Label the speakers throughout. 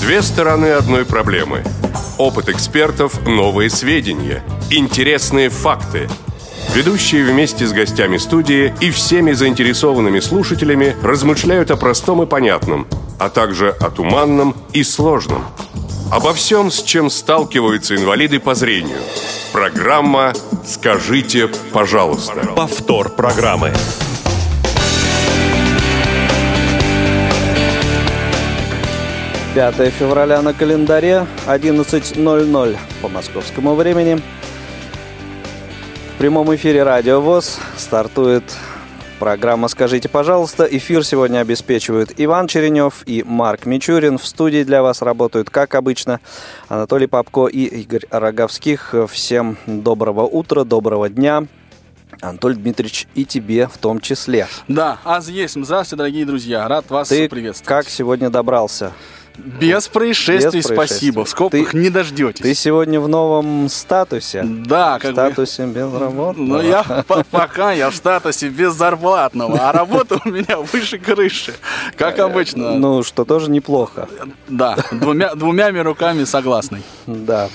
Speaker 1: Две стороны одной проблемы. Опыт экспертов, новые сведения, интересные факты. Ведущие вместе с гостями студии и всеми заинтересованными слушателями размышляют о простом и понятном, а также о туманном и сложном. Обо всем, с чем сталкиваются инвалиды по зрению. Программа «Скажите, пожалуйста».
Speaker 2: Повтор программы.
Speaker 3: «5 февраля на календаре, 11:00 по московскому времени. В прямом эфире Радио ВОС стартует программа «Скажите, пожалуйста». Эфир сегодня обеспечивают Иван Черенев и Марк Мичурин. В студии для вас работают, как обычно, Анатолий Попко и Игорь Роговских. Всем доброго утра, доброго дня. Анатолий Дмитриевич, и тебе в том числе.
Speaker 4: Да, есть. Здравствуйте, дорогие друзья. Рад вас приветствовать.
Speaker 3: Ты как сегодня добрался?
Speaker 4: Без происшествий, спасибо. В скобках не дождетесь.
Speaker 3: Ты сегодня в новом статусе?
Speaker 4: Да,
Speaker 3: в статусе безработного.
Speaker 4: Ну, пока я в статусе беззарплатного, а работа у меня выше крыши, как обычно.
Speaker 3: Ну, что тоже неплохо.
Speaker 4: Да, двумя руками согласный.
Speaker 3: Да.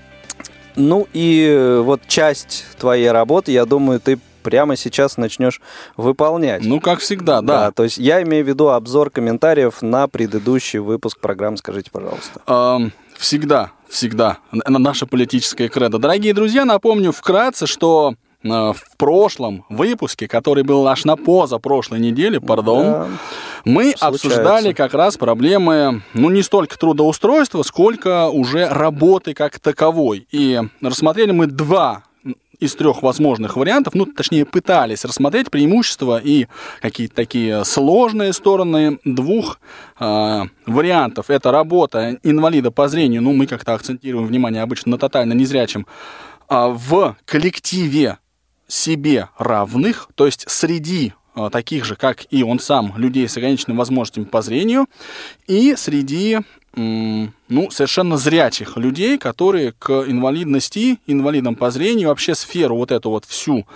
Speaker 3: Ну и вот часть твоей работы, я думаю, ты прямо сейчас начнешь выполнять.
Speaker 4: Ну, как всегда, да.
Speaker 3: То есть я имею в виду обзор комментариев на предыдущий выпуск программы «Скажите, пожалуйста».
Speaker 4: Всегда. Наша политическая кредо. Дорогие друзья, напомню вкратце, что в прошлом выпуске, который был аж на позапрошлой неделе, мы обсуждали как раз проблемы, не столько трудоустройства, сколько уже работы как таковой. И рассмотрели мы два из трех возможных вариантов, точнее, пытались рассмотреть преимущества и какие-то такие сложные стороны двух вариантов. Это работа инвалида по зрению, мы как-то акцентируем внимание обычно на тотально незрячем, в коллективе себе равных, то есть среди таких же, как и он сам, людей с ограниченными возможностями по зрению, и среди совершенно зрячих людей, которые к инвалидности, инвалидам по зрению, вообще сферу вот эту вот всю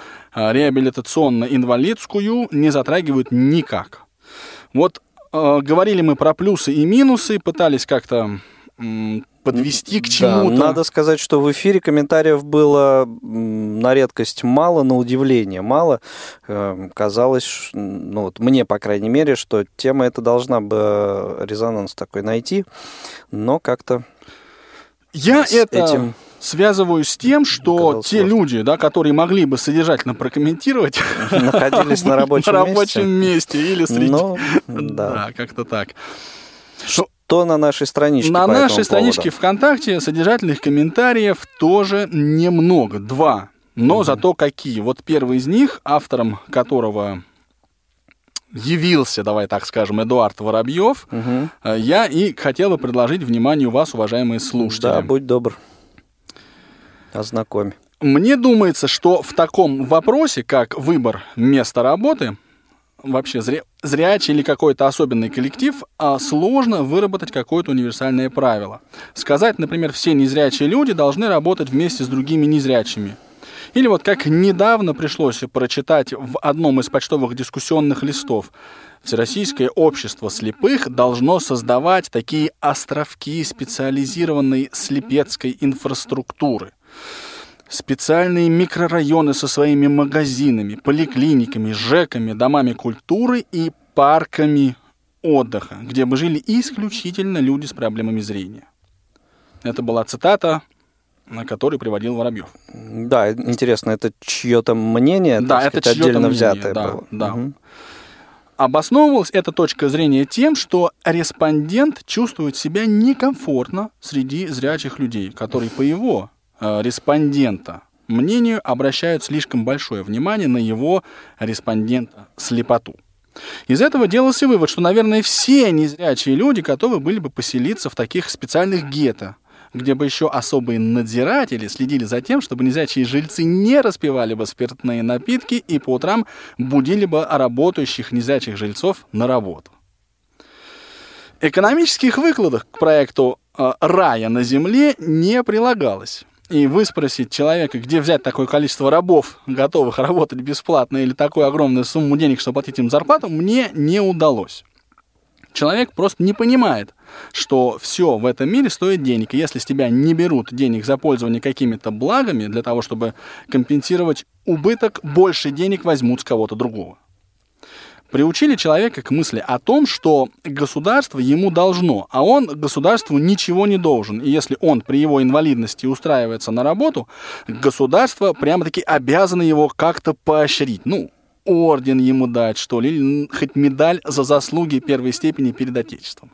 Speaker 4: реабилитационно-инвалидскую не затрагивают никак. Вот говорили мы про плюсы и минусы, пытались как-то подвести к чему-то.
Speaker 3: Надо сказать, что в эфире комментариев было на редкость мало, на удивление мало. Казалось, мне, по крайней мере, что тема эта должна бы резонанс такой найти, но как-то
Speaker 4: я это связываю с тем, что те люди, которые могли бы содержательно прокомментировать,
Speaker 3: находились на рабочем
Speaker 4: месте или среди... Да, как-то так.
Speaker 3: Что на нашей страничке?
Speaker 4: На нашей страничке ВКонтакте содержательных комментариев тоже немного, 2, но зато какие. Вот первый из них, автором которого явился, давай так скажем, Эдуард Воробьев, я и хотел бы предложить вниманию вас, уважаемые слушатели.
Speaker 3: Да, будь добр, ознакомь.
Speaker 4: Мне думается, что в таком вопросе, как выбор места работы, вообще зрячий или какой-то особенный коллектив, сложно выработать какое-то универсальное правило. Сказать, например, все незрячие люди должны работать вместе с другими незрячими. Или вот как недавно пришлось прочитать в одном из почтовых дискуссионных листов: Всероссийское общество слепых должно создавать такие островки специализированной слепецкой инфраструктуры. Специальные микрорайоны со своими магазинами, поликлиниками, ЖЭКами, домами культуры и парками отдыха, где бы жили исключительно люди с проблемами зрения. Это была цитата, которую приводил Воробьев.
Speaker 3: Да, интересно, это чье-то мнение?
Speaker 4: Да, это чье-то
Speaker 3: отдельно
Speaker 4: мнение,
Speaker 3: взятое
Speaker 4: было. Да.
Speaker 3: Угу.
Speaker 4: Обосновывалась эта точка зрения тем, что респондент чувствует себя некомфортно среди зрячих людей, которые по его респондента мнению обращают слишком большое внимание на его респондента слепоту. Из этого делался вывод, что, наверное, все незрячие люди готовы были бы поселиться в таких специальных гетто, где бы еще особые надзиратели следили за тем, чтобы незрячие жильцы не распивали бы спиртные напитки и по утрам будили бы работающих незрячих жильцов на работу. Экономических выкладок к проекту «Рая на земле» не прилагалось. И выспросить человека, где взять такое количество рабов, готовых работать бесплатно, или такую огромную сумму денег, чтобы платить им зарплату, мне не удалось. Человек просто не понимает, что все в этом мире стоит денег. И если с тебя не берут денег за пользование какими-то благами для того, чтобы компенсировать убыток, больше денег возьмут с кого-то другого. Приучили человека к мысли о том, что государство ему должно, а он государству ничего не должен. И если он при его инвалидности устраивается на работу, государство прямо-таки обязано его как-то поощрить. Ну, орден ему дать, что ли, или хоть медаль за заслуги первой степени перед Отечеством.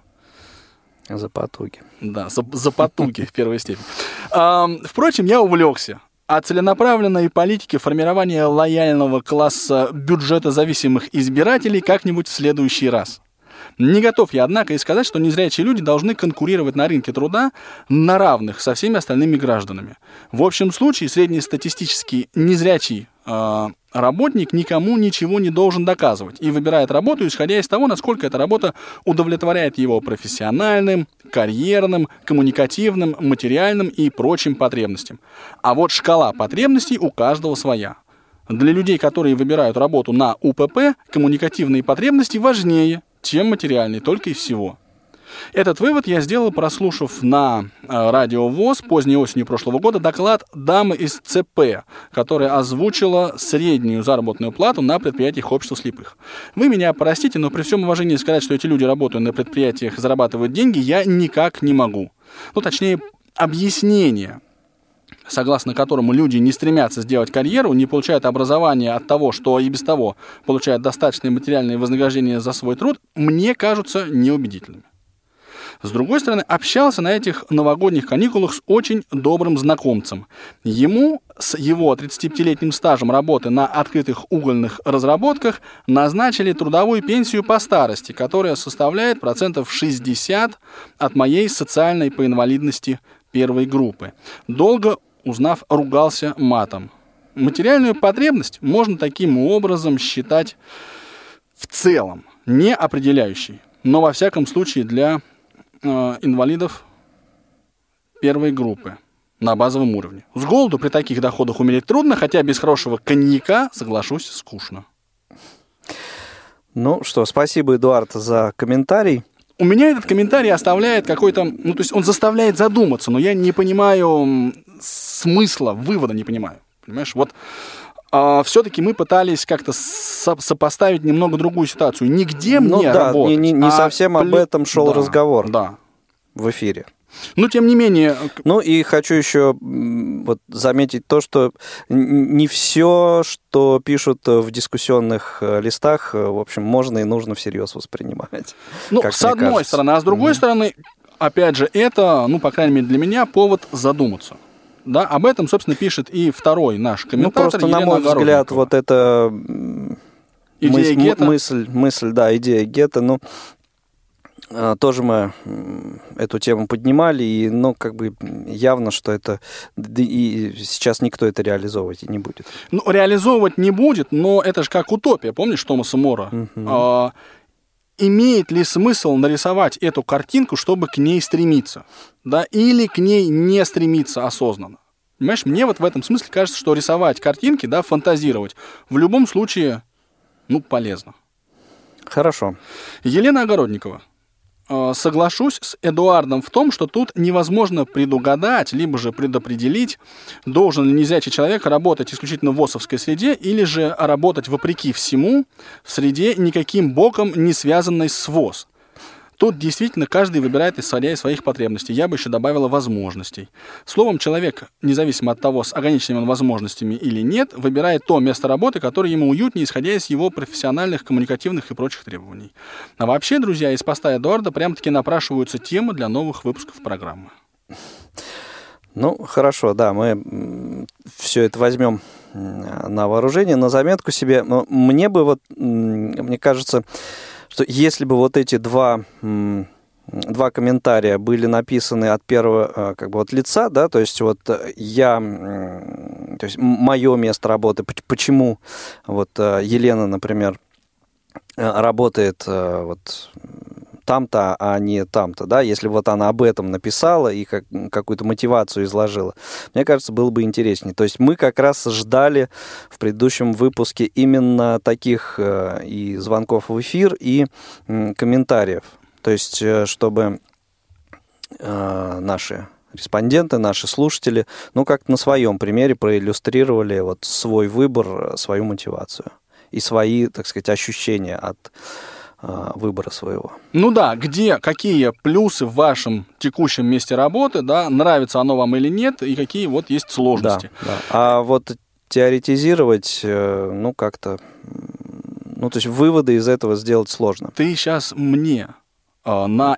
Speaker 3: За потуги.
Speaker 4: Да, за потуги в первой степени. Впрочем, я увлекся. О целенаправленной политике формирования лояльного класса бюджетозависимых избирателей как-нибудь в следующий раз. Не готов я, однако, и сказать, что незрячие люди должны конкурировать на рынке труда на равных со всеми остальными гражданами. В общем случае, среднестатистический незрячий работник никому ничего не должен доказывать и выбирает работу, исходя из того, насколько эта работа удовлетворяет его профессиональным, карьерным, коммуникативным, материальным и прочим потребностям. А вот шкала потребностей у каждого своя. Для людей, которые выбирают работу на УПП, коммуникативные потребности важнее, чем материальные, только и всего. Этот вывод я сделал, прослушав на радио ВОС поздней осенью прошлого года доклад дамы из ЦП, которая озвучила среднюю заработную плату на предприятиях общества слепых. Вы меня простите, но при всем уважении сказать, что эти люди, работая на предприятиях, зарабатывают деньги, я никак не могу. Ну, точнее, объяснение, согласно которому люди не стремятся сделать карьеру, не получают образование от того, что и без того получают достаточное материальное вознаграждение за свой труд, мне кажутся неубедительными. С другой стороны, общался на этих новогодних каникулах с очень добрым знакомцем. Ему с его 35-летним стажем работы на открытых угольных разработках назначили трудовую пенсию по старости, которая составляет 60% от моей социальной по инвалидности первой группы. Долго, узнав, ругался матом. Материальную потребность можно таким образом считать в целом не определяющей, но во всяком случае для инвалидов первой группы на базовом уровне. С голоду при таких доходах умереть трудно, хотя без хорошего коньяка, соглашусь, скучно.
Speaker 3: Ну что, спасибо, Эдуард, за комментарий.
Speaker 4: У меня этот комментарий оставляет какой-то... Ну, то есть он заставляет задуматься, но я не понимаю смысла, вывода не понимаю. Понимаешь, вот все-таки мы пытались как-то сопоставить немного другую ситуацию. Нигде мне работать.
Speaker 3: Не совсем об этом шел разговор в эфире.
Speaker 4: Но тем не менее...
Speaker 3: Ну и хочу еще вот заметить то, что не все, что пишут в дискуссионных листах, в общем, можно и нужно всерьез воспринимать.
Speaker 4: Ну, с одной стороны. А с другой стороны, опять же, это, ну, по крайней мере, для меня повод задуматься. Да, об этом, собственно, пишет и второй наш комментатор.
Speaker 3: Ну, просто, на мой взгляд, вот эта мысль, да, идея гетто, ну, тоже мы эту тему поднимали, и, ну, как бы явно, что это... И сейчас никто это реализовывать и не будет.
Speaker 4: Ну, реализовывать не будет, но это же как утопия, помнишь Томаса Мора? Имеет ли смысл нарисовать эту картинку, чтобы к ней стремиться? Да, или к ней не стремиться осознанно? Понимаешь, мне вот в этом смысле кажется, что рисовать картинки, да, фантазировать, в любом случае, ну, полезно.
Speaker 3: Хорошо.
Speaker 4: Елена Огородникова. Соглашусь с Эдуардом в том, что тут невозможно предугадать, либо же предопределить, должен ли незрячий человек работать исключительно в ВОСовской среде, или же работать вопреки всему в среде, никаким боком не связанной с ВОС. Тут действительно каждый выбирает, исходя из своих потребностей. Я бы еще добавила возможностей. Словом, человек, независимо от того, с ограниченными он возможностями или нет, выбирает то место работы, которое ему уютнее, исходя из его профессиональных, коммуникативных и прочих требований. А вообще, друзья, из поста Эдуарда прям-таки напрашиваются темы для новых выпусков программы.
Speaker 3: Ну, хорошо, да, мы все это возьмем на вооружение, на заметку себе. Но мне бы вот, мне кажется, что если бы вот эти два комментария были написаны от первого, как бы от лица, да, то есть вот то есть мое место работы, почему вот Елена, например, работает вот там-то, а не там-то, да, если вот она об этом написала и какую-то мотивацию изложила, мне кажется, было бы интереснее. То есть мы как раз ждали в предыдущем выпуске именно таких и звонков в эфир, и комментариев. То есть чтобы наши респонденты, наши слушатели, как-то на своем примере проиллюстрировали свой выбор, свою мотивацию и свои, так сказать, ощущения от выбора своего.
Speaker 4: Какие плюсы в вашем текущем месте работы, нравится оно вам или нет, и какие есть сложности.
Speaker 3: Да. А теоретизировать, как-то, то есть выводы из этого сделать сложно.
Speaker 4: Ты сейчас мне на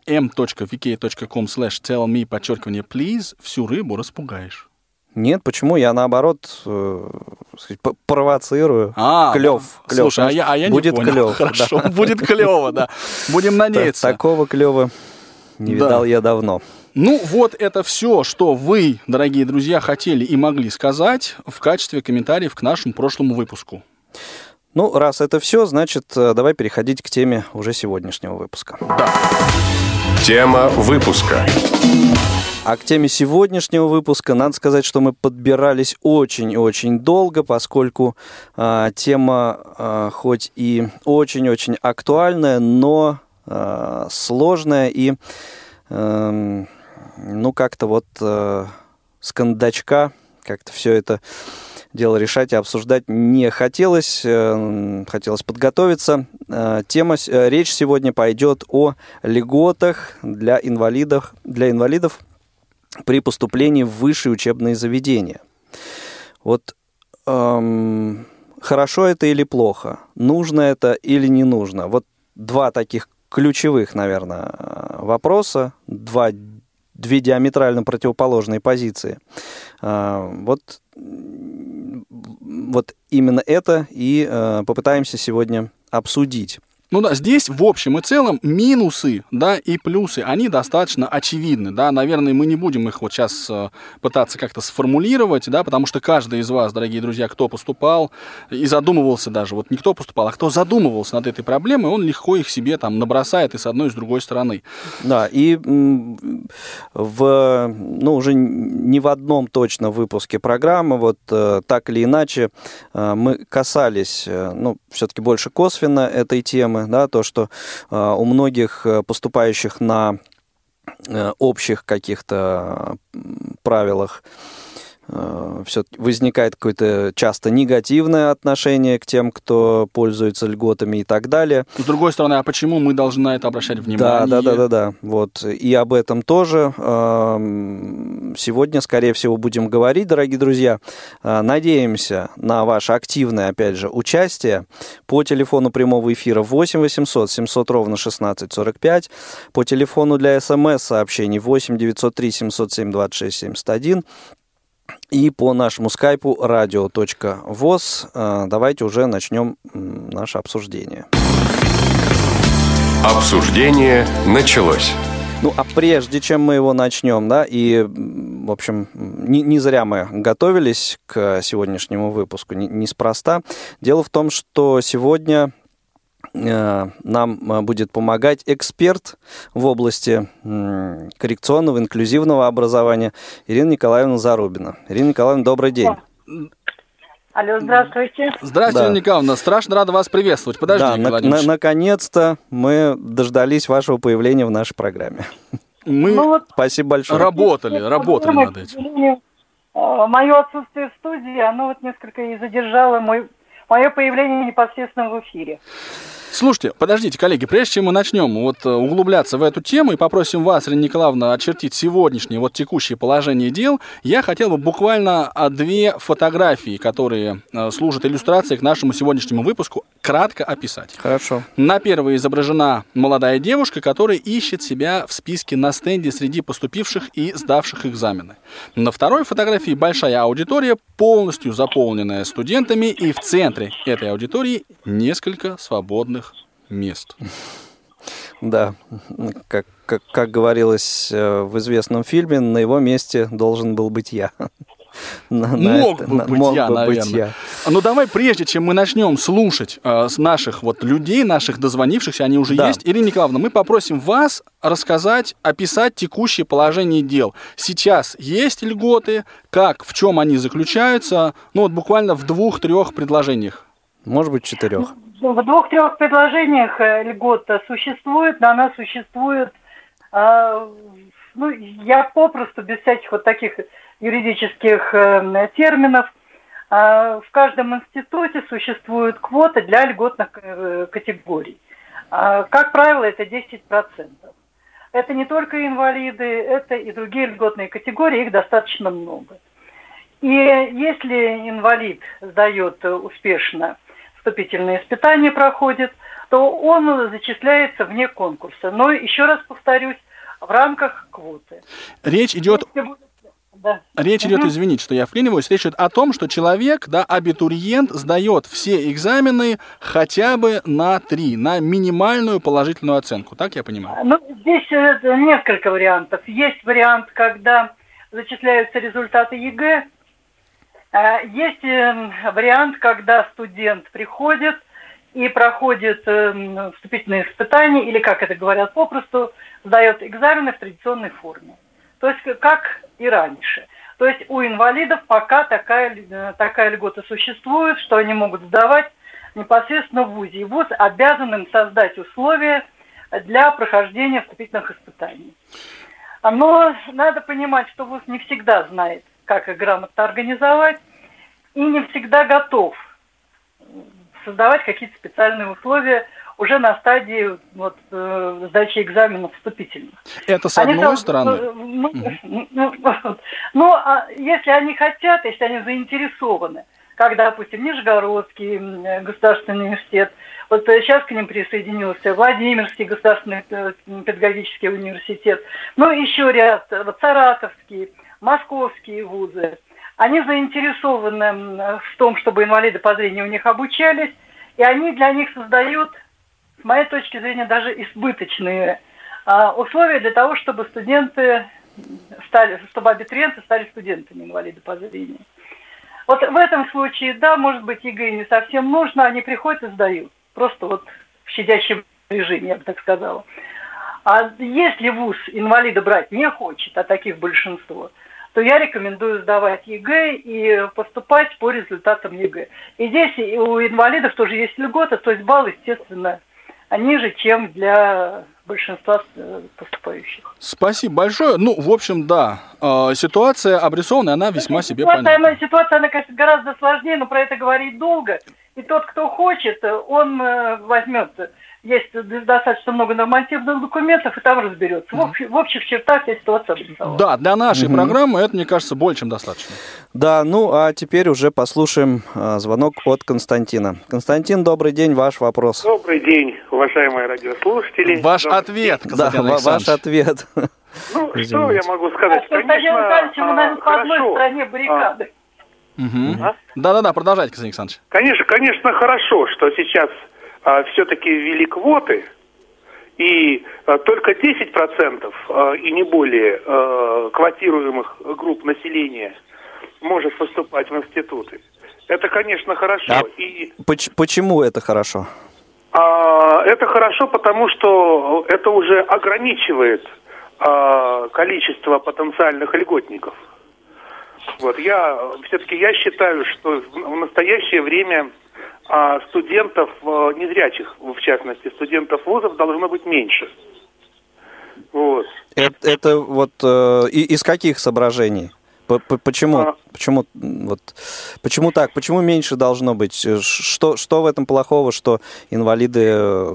Speaker 4: m.vk.com/tellme_please всю рыбу распугаешь.
Speaker 3: Нет, почему? Я, наоборот, провоцирую. Клёв.
Speaker 4: Слушай, я
Speaker 3: будет
Speaker 4: не понял.
Speaker 3: Клёв.
Speaker 4: Хорошо, да. Будет клёво, да. Будем надеяться.
Speaker 3: Такого клёва не видал я давно.
Speaker 4: Это все, что вы, дорогие друзья, хотели и могли сказать в качестве комментариев к нашему прошлому выпуску.
Speaker 3: Раз это все, значит, давай переходить к теме уже сегодняшнего выпуска.
Speaker 4: Да.
Speaker 1: Тема выпуска.
Speaker 3: А к теме сегодняшнего выпуска надо сказать, что мы подбирались очень-очень долго, поскольку тема хоть и очень-очень актуальная, но сложная и как-то с кондачка как-то все это дело решать и обсуждать не хотелось. Хотелось подготовиться. Речь сегодня пойдет о льготах для инвалидов при поступлении в высшие учебные заведения. Хорошо это или плохо? Нужно это или не нужно? Два таких ключевых, наверное, вопроса, две диаметрально противоположные позиции. Именно это и попытаемся сегодня обсудить.
Speaker 4: Здесь в общем и целом минусы, и плюсы, они достаточно очевидны, наверное, мы не будем их сейчас пытаться как-то сформулировать, потому что каждый из вас, дорогие друзья, кто поступал и задумывался даже, не кто поступал, а кто задумывался над этой проблемой, он легко их себе набросает и с одной, и с другой стороны.
Speaker 3: Да, и уже не в одном точно выпуске программы, так или иначе, мы касались, все-таки больше косвенно этой темы, то, что у многих поступающих на общих каких-то правилах все-таки возникает какое-то часто негативное отношение к тем, кто пользуется льготами и так далее.
Speaker 4: С другой стороны, а почему мы должны на это обращать внимание?
Speaker 3: Да. И об этом тоже сегодня, скорее всего, будем говорить, дорогие друзья. Надеемся на ваше активное, опять же, участие по телефону прямого эфира 8 800 700 ровно 1645, по телефону для СМС-сообщений 8 903 707 26 71, и по нашему скайпу radio.voz. Давайте уже начнем наше обсуждение.
Speaker 1: Обсуждение началось.
Speaker 3: А прежде чем мы его начнем, и, в общем, не зря мы готовились к сегодняшнему выпуску, неспроста. Дело в том, что сегодня нам будет помогать эксперт в области коррекционного, инклюзивного образования Ирина Николаевна Зарубина. Ирина Николаевна, добрый день.
Speaker 2: Алло, здравствуйте.
Speaker 4: Здравствуйте, Ирина Николаевна. Страшно рада вас приветствовать. Подожди,
Speaker 3: наконец-то мы дождались вашего появления в нашей программе. Спасибо большое.
Speaker 4: Работали над этим.
Speaker 2: Мое отсутствие в студии, оно несколько и задержало мое появление непосредственно в эфире.
Speaker 4: Слушайте, подождите, коллеги, прежде чем мы начнем углубляться в эту тему и попросим вас, Ирина Николаевна, очертить сегодняшнее текущее положение дел, я хотел бы буквально две фотографии, которые служат иллюстрацией к нашему сегодняшнему выпуску, кратко описать.
Speaker 3: Хорошо.
Speaker 4: На первой изображена молодая девушка, которая ищет себя в списке на стенде среди поступивших и сдавших экзамены. На второй фотографии большая аудитория, полностью заполненная студентами, и в центре этой аудитории несколько свободных мест.
Speaker 3: Да, как говорилось в известном фильме, на его месте должен был быть я.
Speaker 4: Мог бы быть я, наверное. Давай, прежде чем мы начнем слушать с наших людей, наших дозвонившихся, они уже есть. Ирина Николаевна, мы попросим вас рассказать, описать текущее положение дел. Сейчас есть льготы, в чем они заключаются, буквально в 2-3 предложениях.
Speaker 3: Может быть, 4.
Speaker 2: В 2-3 предложениях льгота существует, но она существует я попросту, без всяких вот таких юридических терминов, в каждом институте существуют квоты для льготных категорий. Как правило, это 10%. Это не только инвалиды, это и другие льготные категории, их достаточно много. И если инвалид сдает успешно, вступительные испытания проходит, то он зачисляется вне конкурса. Но, еще раз повторюсь, в рамках квоты.
Speaker 4: Речь идет, извините, что я вклиниваюсь, речь идет о том, что человек, абитуриент, сдает все экзамены хотя бы на 3, на минимальную положительную оценку. Так я понимаю?
Speaker 2: Здесь несколько вариантов. Есть вариант, когда зачисляются результаты ЕГЭ. Есть вариант, когда студент приходит и проходит вступительные испытания, или, как это говорят попросту, сдает экзамены в традиционной форме. То есть, как и раньше. То есть, у инвалидов пока такая льгота существует, что они могут сдавать непосредственно в ВУЗе. И ВУЗ обязан им создать условия для прохождения вступительных испытаний. Но надо понимать, что ВУЗ не всегда знает, как их грамотно организовать, и не всегда готов создавать какие-то специальные условия уже на стадии сдачи экзаменов вступительных.
Speaker 4: Это с одной стороны.
Speaker 2: Если они хотят, если они заинтересованы, как, допустим, Нижегородский государственный университет, вот сейчас к ним присоединился Владимирский государственный педагогический университет, еще ряд, Саратовский, московские вузы, они заинтересованы в том, чтобы инвалиды по зрению у них обучались, и они для них создают, с моей точки зрения, даже избыточные условия для того, чтобы абитуриенты стали студентами инвалиды по зрению. Вот в этом случае, может быть, ЕГЭ не совсем нужно, они приходят и сдают. Просто в щадящем режиме, я бы так сказала. А если вуз инвалида брать не хочет, а таких большинство, то я рекомендую сдавать ЕГЭ и поступать по результатам ЕГЭ. И здесь у инвалидов тоже есть льгота, то есть балл, естественно, ниже, чем для большинства поступающих.
Speaker 4: Спасибо большое. В общем, ситуация обрисована, она весьма себе понятна.
Speaker 2: Ситуация, она, конечно, гораздо сложнее, но про это говорить долго. И тот, кто хочет, он возьмет. Есть достаточно много нормативных документов, и там разберется. В общих чертах вся ситуация обрисована.
Speaker 4: Да, для нашей программы это, мне кажется, более чем достаточно.
Speaker 3: Да, а теперь уже послушаем звонок от Константина. Константин, добрый день, ваш вопрос.
Speaker 5: Добрый день, уважаемые радиослушатели.
Speaker 4: Ваш ответ, Константин Александрович.
Speaker 3: Ваш ответ.
Speaker 5: Что я могу сказать?
Speaker 2: Константин Александрович, мы, наверное, по одной стороне баррикады.
Speaker 4: Да, продолжайте, Константин Александрович.
Speaker 5: Конечно, хорошо, что сейчас все-таки ввели квоты, и только 10% и не более квотируемых групп населения может поступать в институты. Это, конечно, хорошо.
Speaker 3: Почему это хорошо?
Speaker 5: Это хорошо, потому что это уже ограничивает количество потенциальных льготников. Я считаю, что в настоящее время студентов незрячих, в частности, студентов вузов, должно быть меньше.
Speaker 3: Это из каких соображений? Почему так? Почему меньше должно быть? Что в этом плохого, что инвалиды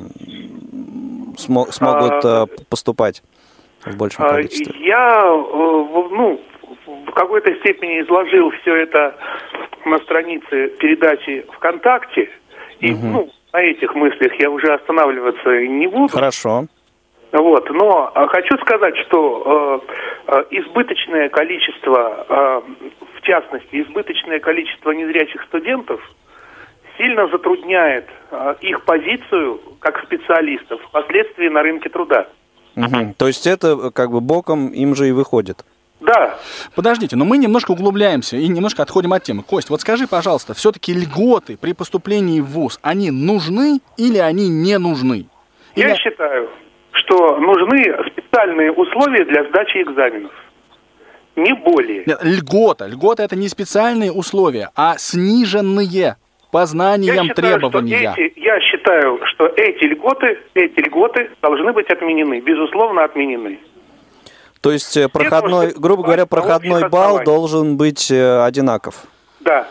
Speaker 3: смогут поступать в большем количестве?
Speaker 5: Я в какой-то степени изложил все это на странице передачи ВКонтакте. И на этих мыслях я уже останавливаться не буду.
Speaker 3: Хорошо.
Speaker 5: Но хочу сказать, что избыточное количество, в частности, избыточное количество незрячих студентов сильно затрудняет их позицию как специалистов впоследствии на рынке труда.
Speaker 3: То есть это боком им же и выходит.
Speaker 5: Да.
Speaker 4: Подождите, но мы немножко углубляемся и немножко отходим от темы. Кость, скажи, пожалуйста, все-таки льготы при поступлении в ВУЗ, они нужны или они не нужны?
Speaker 5: Я считаю, что нужны специальные условия для сдачи экзаменов. Не более.
Speaker 4: Нет, льгота это не специальные условия, а сниженные по знаниям требования.
Speaker 5: Я считаю, что эти льготы должны быть отменены, безусловно, отменены.
Speaker 3: То есть, проходной, грубо говоря, проходной балл должен быть одинаков?
Speaker 5: Да.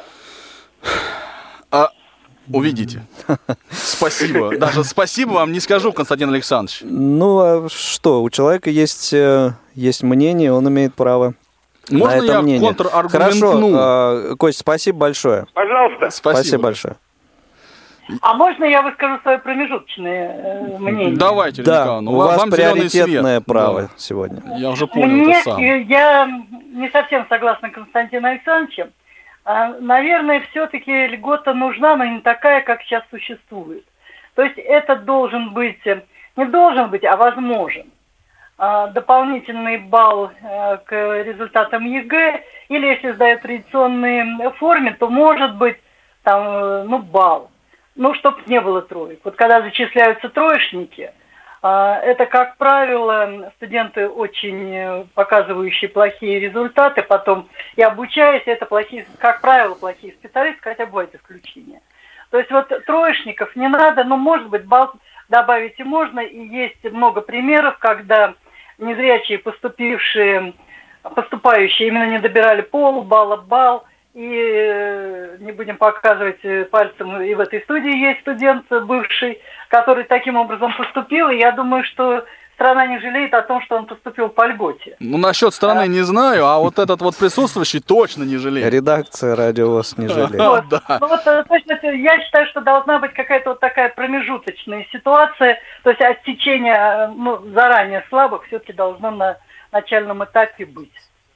Speaker 4: Увидите. Спасибо. Даже спасибо вам не скажу, Константин Александрович.
Speaker 3: Ну, а что, у человека есть мнение, он имеет право
Speaker 4: Можно
Speaker 3: на это
Speaker 4: я
Speaker 3: мнение.
Speaker 4: контраргументну?
Speaker 3: Хорошо, Кость, спасибо большое.
Speaker 5: Пожалуйста.
Speaker 3: Спасибо большое.
Speaker 2: А можно я выскажу свое промежуточное мнение?
Speaker 4: Давайте,
Speaker 3: Да,
Speaker 4: Николаевна,
Speaker 3: у вас
Speaker 4: вам зеленый
Speaker 3: приоритетное
Speaker 4: свет.
Speaker 3: право
Speaker 4: Да.
Speaker 3: сегодня.
Speaker 4: Я уже понял это сам.
Speaker 2: Я не совсем согласна с Константином Александровичем. Наверное, все-таки льгота нужна, но не такая, как сейчас существует. То есть это должен быть, не должен быть, а возможен дополнительный балл к результатам ЕГЭ, или если сдают в традиционной форме, то может быть там, балл. Чтобы не было троек. Вот когда зачисляются троечники, это, как правило, студенты, очень показывающие плохие результаты, потом и обучаясь, это плохие, как правило, плохие специалисты, хотя бывают исключения. То есть вот троечников не надо, но, может быть, балл добавить и можно, и есть много примеров, когда незрячие поступающие именно не добирали полбалла, балл, и не будем показывать пальцем, и в этой студии есть студент бывший, который таким образом поступил, и я думаю, что страна не жалеет о том, что он поступил по льготе.
Speaker 4: Насчет страны не знаю, а вот этот вот присутствующий точно не жалеет.
Speaker 3: Редакция «Радио ВОС» не жалеет.
Speaker 2: Точно, я считаю, что должна быть какая-то вот такая промежуточная ситуация, то есть отсечение заранее слабых все-таки должно на начальном этапе быть.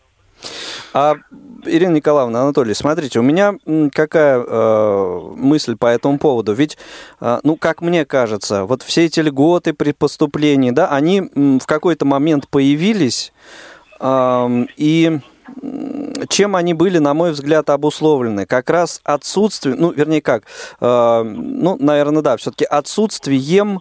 Speaker 3: Ирина Николаевна, Анатолий, смотрите, у меня какая мысль по этому поводу. Ведь, как мне кажется, вот все эти льготы при поступлении, да, они в какой-то момент появились, и чем они были, на мой взгляд, обусловлены? Как раз отсутствием, наверное, да, все-таки отсутствием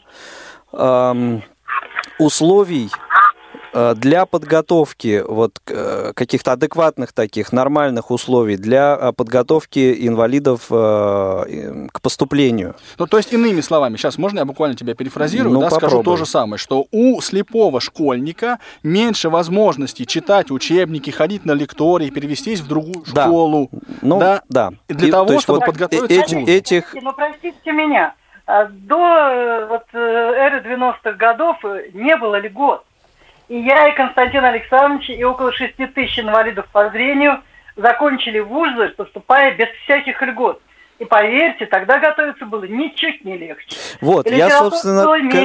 Speaker 3: условий для подготовки каких-то адекватных таких нормальных условий для подготовки инвалидов к поступлению.
Speaker 4: То есть, иными словами, сейчас можно я буквально тебя перефразирую, скажу то же самое, что у слепого школьника меньше возможностей читать учебники, ходить на лектории, перевестись в другую школу.
Speaker 3: Да.
Speaker 4: Для того, чтобы подготовиться к вузу.
Speaker 2: Но простите меня, до эры 90-х годов не было льгот. И я, и Константин Александрович, и около 6 тысяч инвалидов по зрению закончили вузы, поступая без всяких льгот. И поверьте, тогда готовиться было ничуть не легче.
Speaker 3: Вот, я, собственно,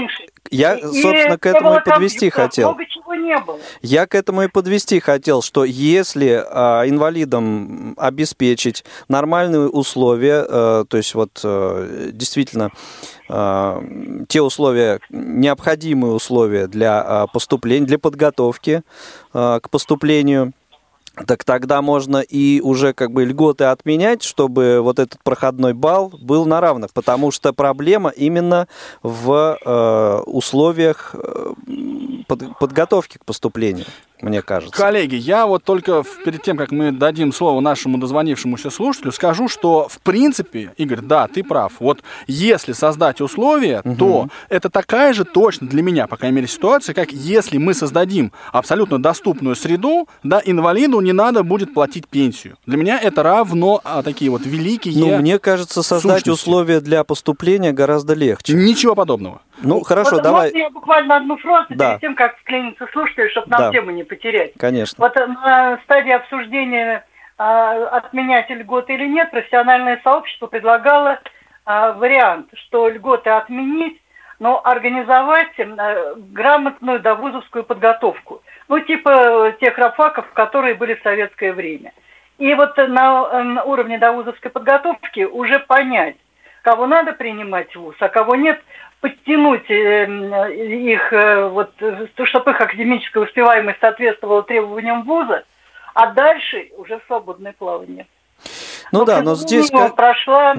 Speaker 3: к этому и подвести хотел.
Speaker 2: Много чего не было.
Speaker 3: Я к этому и подвести хотел, что если инвалидам обеспечить нормальные условия, то есть действительно те условия, необходимые условия для поступления, для подготовки к поступлению, так тогда можно и уже льготы отменять, чтобы вот этот проходной балл был на равных, потому что проблема именно в условиях подготовки к поступлению, мне кажется.
Speaker 4: Коллеги, я только перед тем, как мы дадим слово нашему дозвонившемуся слушателю, скажу, что в принципе, Игорь, да, ты прав. Если создать условия, то это такая же точно для меня, по крайней мере, ситуация, как если мы создадим абсолютно доступную среду, да, инвалиду не надо будет платить пенсию. Для меня это равно такие великие
Speaker 3: мне кажется, создать условия для поступления гораздо легче.
Speaker 4: Ничего подобного.
Speaker 3: Хорошо, давай.
Speaker 2: Можно я буквально одну фразу перед тем, как вклинится слушатель, чтобы нам тему не потерять.
Speaker 3: Конечно.
Speaker 2: На стадии обсуждения, отменять льготы или нет, профессиональное сообщество предлагало вариант, что льготы отменить, но организовать грамотную довузовскую подготовку. Типа тех рабфаков, которые были в советское время. И на уровне довузовской подготовки уже понять, кого надо принимать в вуз, а кого нет, подтянуть их, чтобы их академическая успеваемость соответствовала требованиям вуза, а дальше уже в свободное плавание.
Speaker 3: Но здесь
Speaker 2: прошла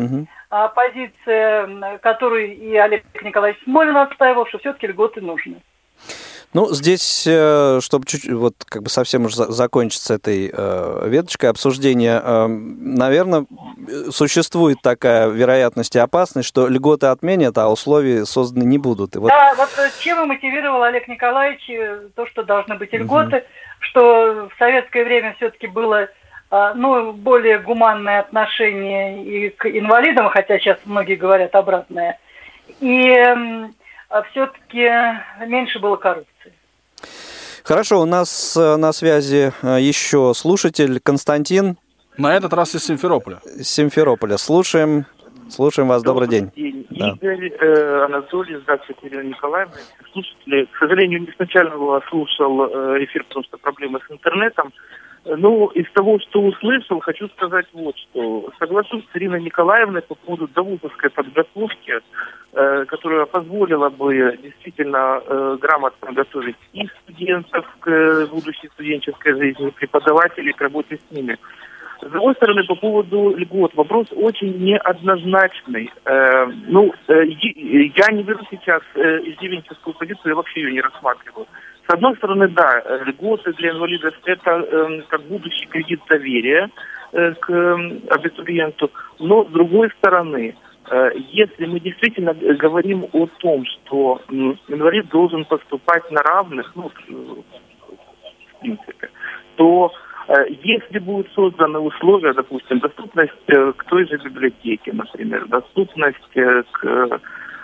Speaker 2: позиция, которую и Олег Николаевич Смолин отстаивал, что все-таки льготы нужны.
Speaker 3: Ну, здесь, чтобы чуть вот как бы совсем уже закончить с этой веточкой обсуждения, наверное, существует такая вероятность и опасность, что льготы отменят, а условия созданы не будут. И вот...
Speaker 2: Да, вот чем и мотивировал Олег Николаевич то, что должны быть льготы, что в советское время все-таки было более гуманное отношение и к инвалидам, хотя сейчас многие говорят обратное, и все-таки меньше было коррупции.
Speaker 3: Хорошо, у нас на связи еще слушатель Константин.
Speaker 4: На этот раз из Симферополя.
Speaker 3: Симферополя. Слушаем вас. Добрый день.
Speaker 6: Да. Игорь, Анатолий, здравствуйте, Ирина Николаевна. Слушатели, к сожалению, не сначала слушал эфир, потому что проблемы с интернетом. Но из того, что услышал, хочу сказать вот что. Соглашусь с Ириной Николаевной по поводу довузовской подготовки, которая позволила бы действительно грамотно готовить и студентов к будущей студенческой жизни, и преподавателей к работе с ними. С другой стороны, по поводу льгот, вопрос очень неоднозначный. Я не беру сейчас издевательскую позицию, я вообще ее не рассматриваю. С одной стороны, да, льготы для инвалидов – это как будущий кредит доверия к абитуриенту. Но с другой стороны, если мы действительно говорим о том, что инвалид должен поступать на равных, в принципе, то если будут созданы условия, допустим, доступность к той же библиотеке, например, доступность к,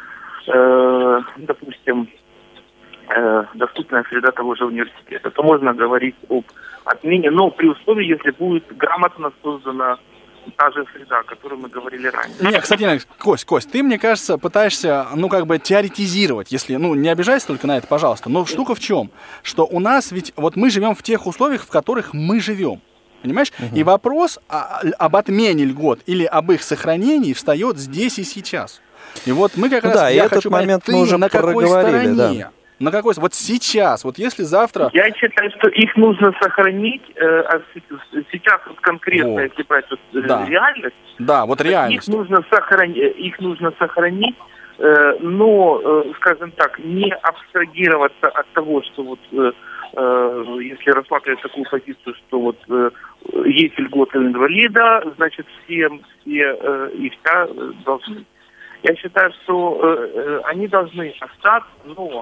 Speaker 6: допустим, доступная среда того же университета, то можно говорить об отмене, но при условии, если будет грамотно создана та же среда, о которой мы говорили ранее.
Speaker 4: Нет, кстати, Кость, ты, мне кажется, пытаешься, теоретизировать, если, не обижайся только на это, пожалуйста, но штука в чем? Что у нас ведь, вот мы живем в тех условиях, в которых мы живем, понимаешь? И вопрос об отмене льгот или об их сохранении встает здесь и сейчас. И вот мы как раз, я хочу понять, ты на какой стороне? Да. На какой? Вот сейчас, вот если завтра...
Speaker 6: Я считаю, что их нужно сохранить, сейчас вот конкретно, если брать реальность.
Speaker 4: Да, вот реальность.
Speaker 6: Их нужно сохранить, но, скажем так, не абстрагироваться от того, что если рассматривать такую позицию, что есть льготы инвалида, значит все и вся должны. Я считаю, что они должны остаться, но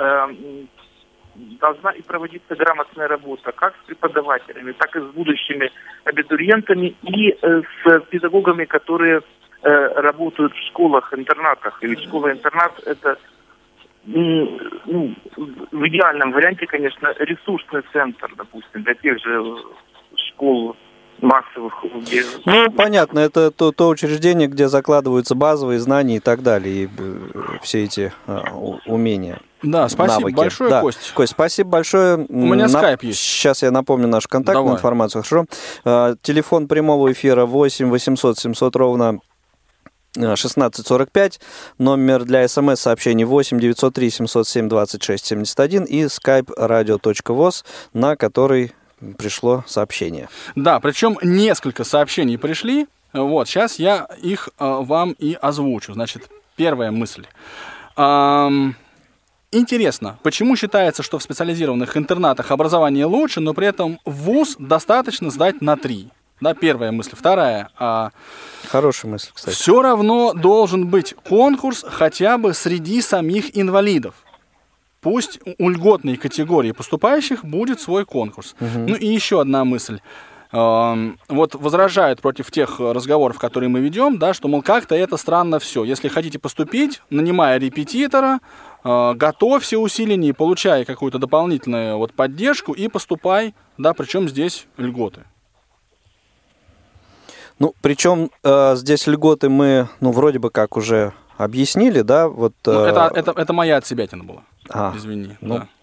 Speaker 6: должна и проводиться грамотная работа как с преподавателями, так и с будущими абитуриентами и с педагогами, которые работают в школах-интернатах. Ведь школа-интернат – это, в идеальном варианте, конечно, ресурсный центр, допустим, для тех же школ массовых. Где...
Speaker 3: понятно, это то учреждение, где закладываются базовые знания и так далее, и все эти умения.
Speaker 4: Да, спасибо навыки. Большое, да.
Speaker 3: Кость, спасибо большое.
Speaker 4: У меня скайп есть.
Speaker 3: Сейчас я напомню нашу контактную информацию. Хорошо. Телефон прямого эфира 8 800 700 ровно 1645. Номер для смс-сообщений 8 903 707 26 71 и skype radio.voz, на который пришло сообщение.
Speaker 4: Да, причем несколько сообщений пришли. Вот, сейчас я их вам и озвучу. Значит, первая мысль. Интересно, почему считается, что в специализированных интернатах образование лучше, но при этом в вуз достаточно сдать на 3? Да, первая мысль. Вторая.
Speaker 3: Хорошая мысль, кстати.
Speaker 4: Все равно должен быть конкурс хотя бы среди самих инвалидов. Пусть у льготной категории поступающих будет свой конкурс. Ну и еще одна мысль. Вот возражают против тех разговоров, которые мы ведем, да, что, мол, как-то это странно все. Если хотите поступить, нанимая репетитора, готовься усиление, получай какую-то дополнительную поддержку и поступай, да, причем здесь льготы.
Speaker 3: Причем здесь льготы мы, вроде бы как уже объяснили, да, вот...
Speaker 4: Это моя отсебятина была. Извини.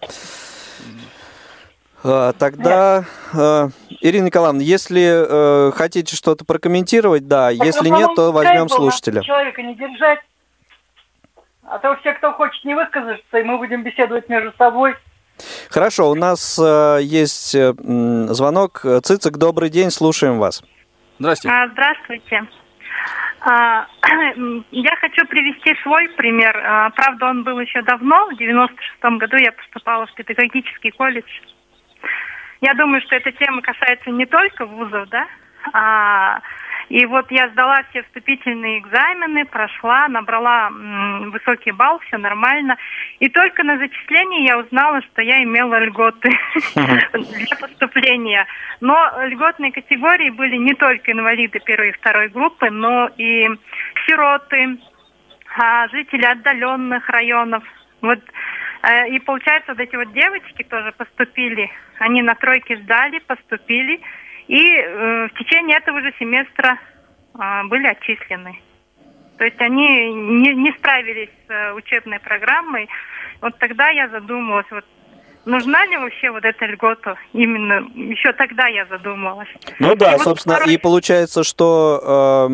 Speaker 4: Да.
Speaker 3: Тогда, Ирина Николаевна, если хотите что-то прокомментировать, да, так если нет, то возьмем слушателя.
Speaker 2: Человека не держать, а то все, кто хочет, не высказаться, и мы будем беседовать между собой.
Speaker 3: Хорошо, у нас есть звонок. Цицик, добрый день, слушаем вас.
Speaker 4: Здравствуйте.
Speaker 7: Здравствуйте. Я хочу привести свой пример. Правда, он был еще давно. В 96-м году я поступала в педагогический колледж. Я думаю, что эта тема касается не только вузов, да? И вот я сдала все вступительные экзамены, прошла, набрала высокий балл, все нормально. И только на зачислении я узнала, что я имела льготы для поступления. Но льготные категории были не только инвалиды первой и второй группы, но и сироты, жители отдаленных районов. Вот. И получается, вот эти вот девочки тоже поступили, они на тройке сдали, поступили. И в течение этого же семестра были отчислены. То есть они не справились с учебной программой. Вот тогда я задумалась, вот нужна ли вообще вот эта льгота? Именно еще тогда я задумалась.
Speaker 3: Ну да,
Speaker 7: и
Speaker 3: собственно, и получается, что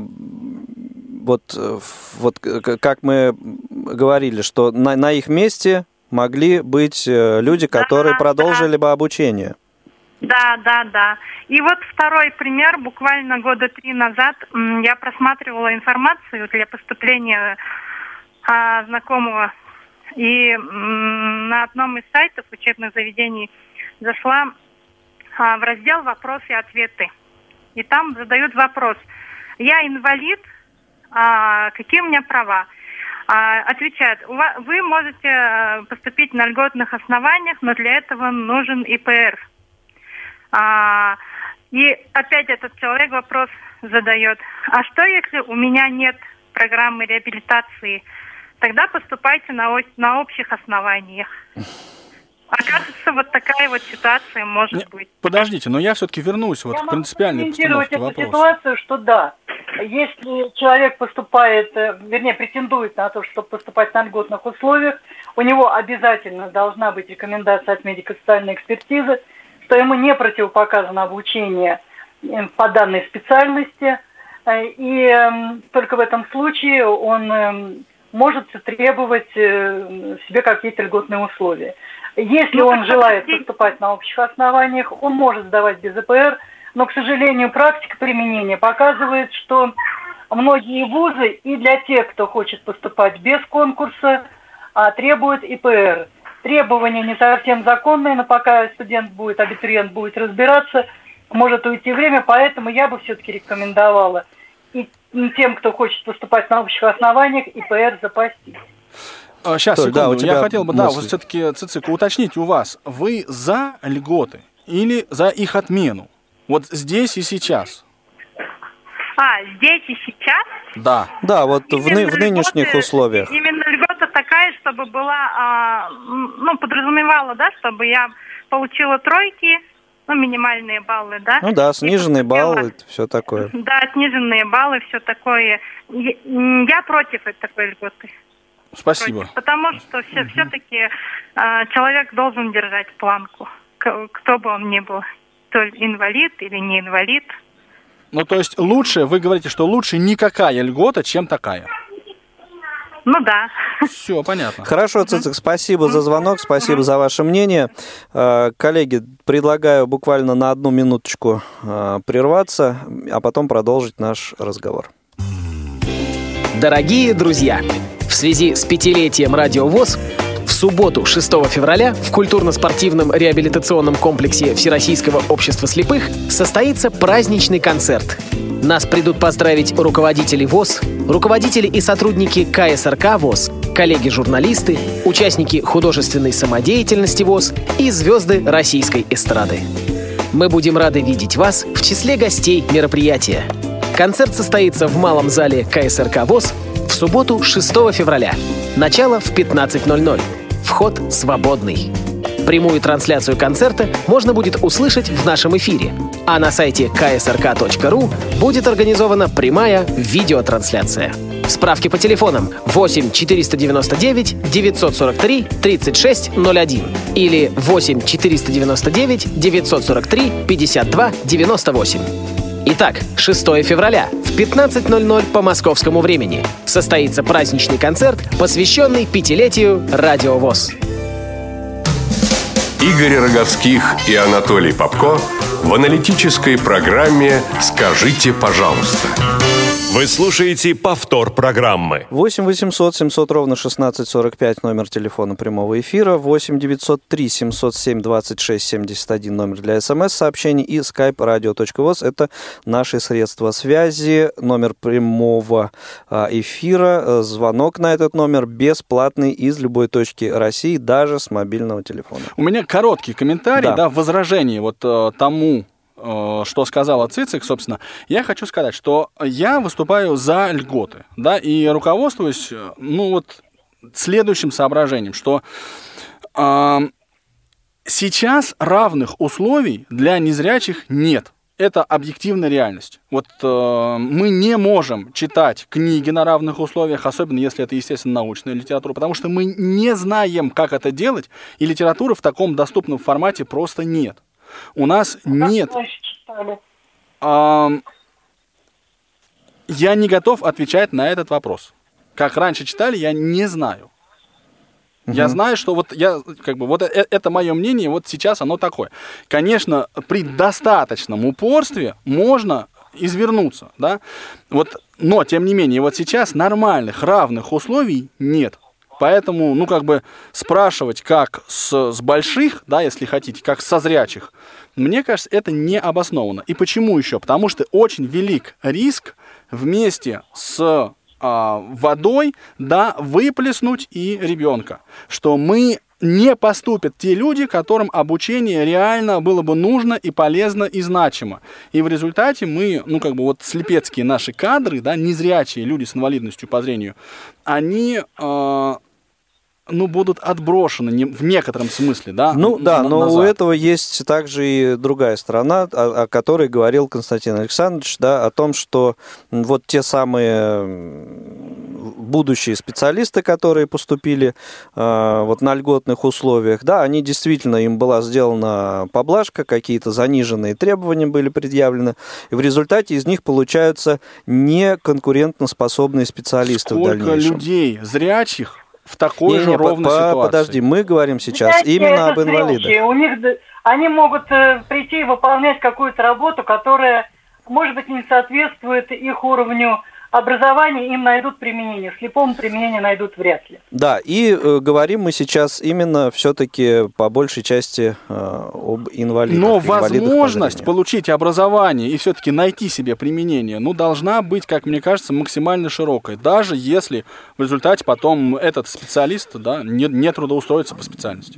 Speaker 3: вот как мы говорили, что на их месте могли быть люди, которые продолжили бы обучение.
Speaker 7: Да. И вот второй пример. Буквально года 3 назад я просматривала информацию для поступления знакомого. И на одном из сайтов учебных заведений зашла в раздел «Вопросы и ответы». И там задают вопрос: «Я инвалид, какие у меня права?» Отвечают: «Вы можете поступить на льготных основаниях, но для этого нужен ИПР». И опять этот человек вопрос задает: а что, если у меня нет программы реабилитации? Тогда поступайте на общих основаниях. Оказывается, вот такая вот ситуация может быть.
Speaker 4: Подождите, но я все-таки вернусь к принципиальной постановке вопроса.
Speaker 2: Я могу ситуацию, что да, если человек поступает, претендует на то, чтобы поступать на льготных условиях, у него обязательно должна быть рекомендация от медико-социальной экспертизы, что ему не противопоказано обучение по данной специальности, и только в этом случае он может требовать себе какие-то льготные условия. Если он желает поступать на общих основаниях, он может сдавать без ИПР, но, к сожалению, практика применения показывает, что многие вузы и для тех, кто хочет поступать без конкурса, требуют ИПР. Требования не совсем законные, но пока абитуриент будет разбираться, может уйти время, поэтому я бы все-таки рекомендовала и тем, кто хочет поступать на общих основаниях, ИПР запастись.
Speaker 4: Сейчас, секунду, я хотел бы, все-таки, Цицика, уточнить у вас, вы за льготы или за их отмену? Вот здесь и сейчас.
Speaker 7: Здесь и сейчас?
Speaker 4: Да.
Speaker 3: Да, вот в нынешних условиях.
Speaker 7: Именно льгота такая, чтобы была, подразумевала, да, чтобы я получила тройки, минимальные баллы, да?
Speaker 3: Ну да, сниженные баллы, все такое.
Speaker 7: Да, сниженные баллы, все такое. Я против такой льготы.
Speaker 4: Спасибо.
Speaker 7: Потому что все-таки человек должен держать планку, кто бы он ни был, то ли инвалид или не инвалид.
Speaker 4: Ну, то есть лучше, вы говорите, что лучше никакая льгота, чем такая?
Speaker 7: Ну да.
Speaker 4: Все, понятно.
Speaker 3: Хорошо, Цицик, спасибо за звонок, спасибо за ваше мнение. Коллеги, предлагаю буквально на 1 минуточку прерваться, а потом продолжить наш разговор.
Speaker 8: Дорогие друзья, в связи с 5-летием Радио ВОС в субботу, 6 февраля, в культурно-спортивном реабилитационном комплексе Всероссийского общества слепых состоится праздничный концерт. Нас придут поздравить руководители ВОС, руководители и сотрудники КСРК ВОС, коллеги-журналисты, участники художественной самодеятельности ВОС и звезды российской эстрады. Мы будем рады видеть вас в числе гостей мероприятия. Концерт состоится в малом зале КСРК ВОС в субботу, 6 февраля. Начало в 15:00. Вход свободный. Прямую трансляцию концерта можно будет услышать в нашем эфире, а на сайте ksrk.ru будет организована прямая видеотрансляция. Справки по телефонам 8 499 943 3601 или 8 499 943 52 98. Итак, 6 февраля в 15:00 по московскому времени состоится праздничный концерт, посвященный 5-летию Радио ВОС.
Speaker 1: Игорь Роговских и Анатолий Попко в аналитической программе «Скажите, пожалуйста».
Speaker 9: Вы слушаете повтор программы.
Speaker 3: 8 800 700 ровно 1645 номер телефона прямого эфира, 8 903 707 26 71 номер для СМС-сообщений и skype radio.voz. Это наши средства связи. Номер прямого эфира, звонок на этот номер бесплатный из любой точки России, даже с мобильного телефона.
Speaker 4: У меня короткий комментарий, да, возражение вот тому, что сказала Цицик, собственно, я хочу сказать, что я выступаю за льготы, да, и руководствуюсь, следующим соображением, что сейчас равных условий для незрячих нет. Это объективная реальность. Вот мы не можем читать книги на равных условиях, особенно если это, естественно, научная литература, потому что мы не знаем, как это делать, и литературы в таком доступном формате просто нет. У нас нет... Я не готов отвечать на этот вопрос. Как раньше читали, я не знаю. Я знаю, что это мое мнение, вот сейчас оно такое. Конечно, при достаточном упорстве можно извернуться, да? Но, тем не менее, вот сейчас нормальных, равных условий нет. Поэтому, спрашивать, как с больших, да, если хотите, как со зрячих, мне кажется, это не обосновано. И почему еще? Потому что очень велик риск вместе с водой, да, выплеснуть и ребенка. Что не поступят те люди, которым обучение реально было бы нужно и полезно и значимо. И в результате мы, слепецкие наши кадры, да, незрячие люди с инвалидностью по зрению, они... будут отброшены в некотором смысле, да?
Speaker 3: Но у этого есть также и другая сторона, о которой говорил Константин Александрович, да, о том, что вот те самые будущие специалисты, которые поступили на льготных условиях, да, они действительно, им была сделана поблажка, какие-то заниженные требования были предъявлены, и в результате из них получаются неконкурентоспособные специалисты в дальнейшем.
Speaker 4: Сколько людей зрячих в такой же ровной ситуации.
Speaker 3: Подожди, мы говорим сейчас именно об инвалидах.
Speaker 2: Они могут прийти и выполнять какую-то работу, которая, может быть, не соответствует их уровню образования, им найдут применение. Слепому применение найдут вряд ли.
Speaker 3: Да, и говорим мы сейчас именно все-таки по большей части об инвалидах.
Speaker 4: Но возможность получить образование и все-таки найти себе применение, должна быть, как мне кажется, максимально широкой. Даже если в результате потом этот специалист, да, не трудоустроится по специальности.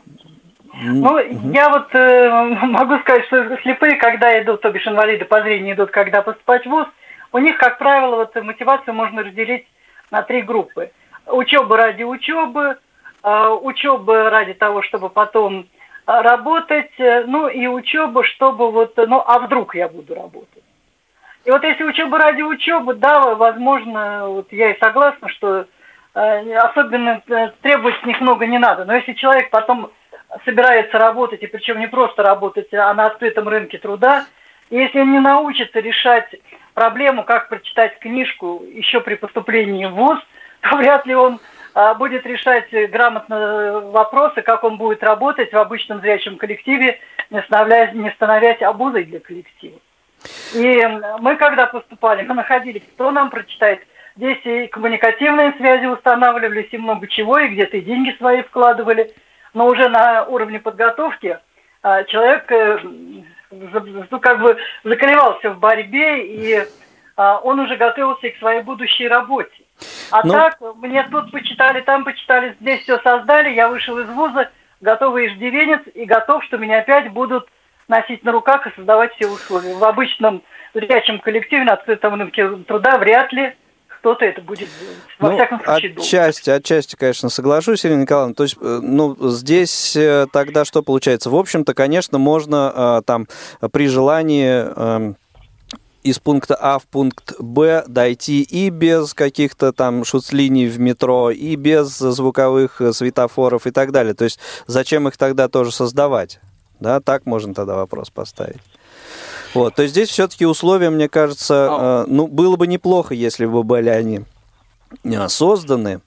Speaker 2: Я могу сказать, что слепые, когда идут, то бишь инвалиды по зрению идут, когда поступать в ВУЗ, у них, как правило, мотивацию можно разделить на 3 группы. Учеба ради учебы, учеба ради того, чтобы потом работать, и учеба, чтобы а вдруг я буду работать. И если учеба ради учебы, да, возможно, я и согласна, что особенно требовать с них много не надо. Но если человек потом собирается работать, и причем не просто работать, а на открытом рынке труда, если он не научится решать проблему, как прочитать книжку еще при поступлении в ВУЗ, то вряд ли он будет решать грамотно вопросы, как он будет работать в обычном зрячем коллективе, не становясь обузой для коллектива. И мы, когда поступали, мы находили, кто нам прочитает. Здесь и коммуникативные связи устанавливались, и много чего, и где-то и деньги свои вкладывали. Но уже на уровне подготовки человек заколебался в борьбе, и он уже готовился к своей будущей работе. Так, мне тут почитали, там почитали, здесь все создали, я вышел из вуза, готовый иждивенец, и готов, что меня опять будут носить на руках и создавать все условия. В обычном зрячем коллективе на открытом рынке труда вряд ли кто-то это будет делать. Во всяком случае,
Speaker 3: отчасти, конечно, соглашусь, Ирина Николаевна. То есть, здесь тогда что получается? В общем-то, конечно, можно при желании из пункта А в пункт Б дойти и без каких-то шуц-линий в метро, и без звуковых светофоров и так далее. То есть, зачем их тогда тоже создавать? Да, так можно тогда вопрос поставить. То есть здесь все-таки условия, мне кажется, было бы неплохо, если бы были они созданы.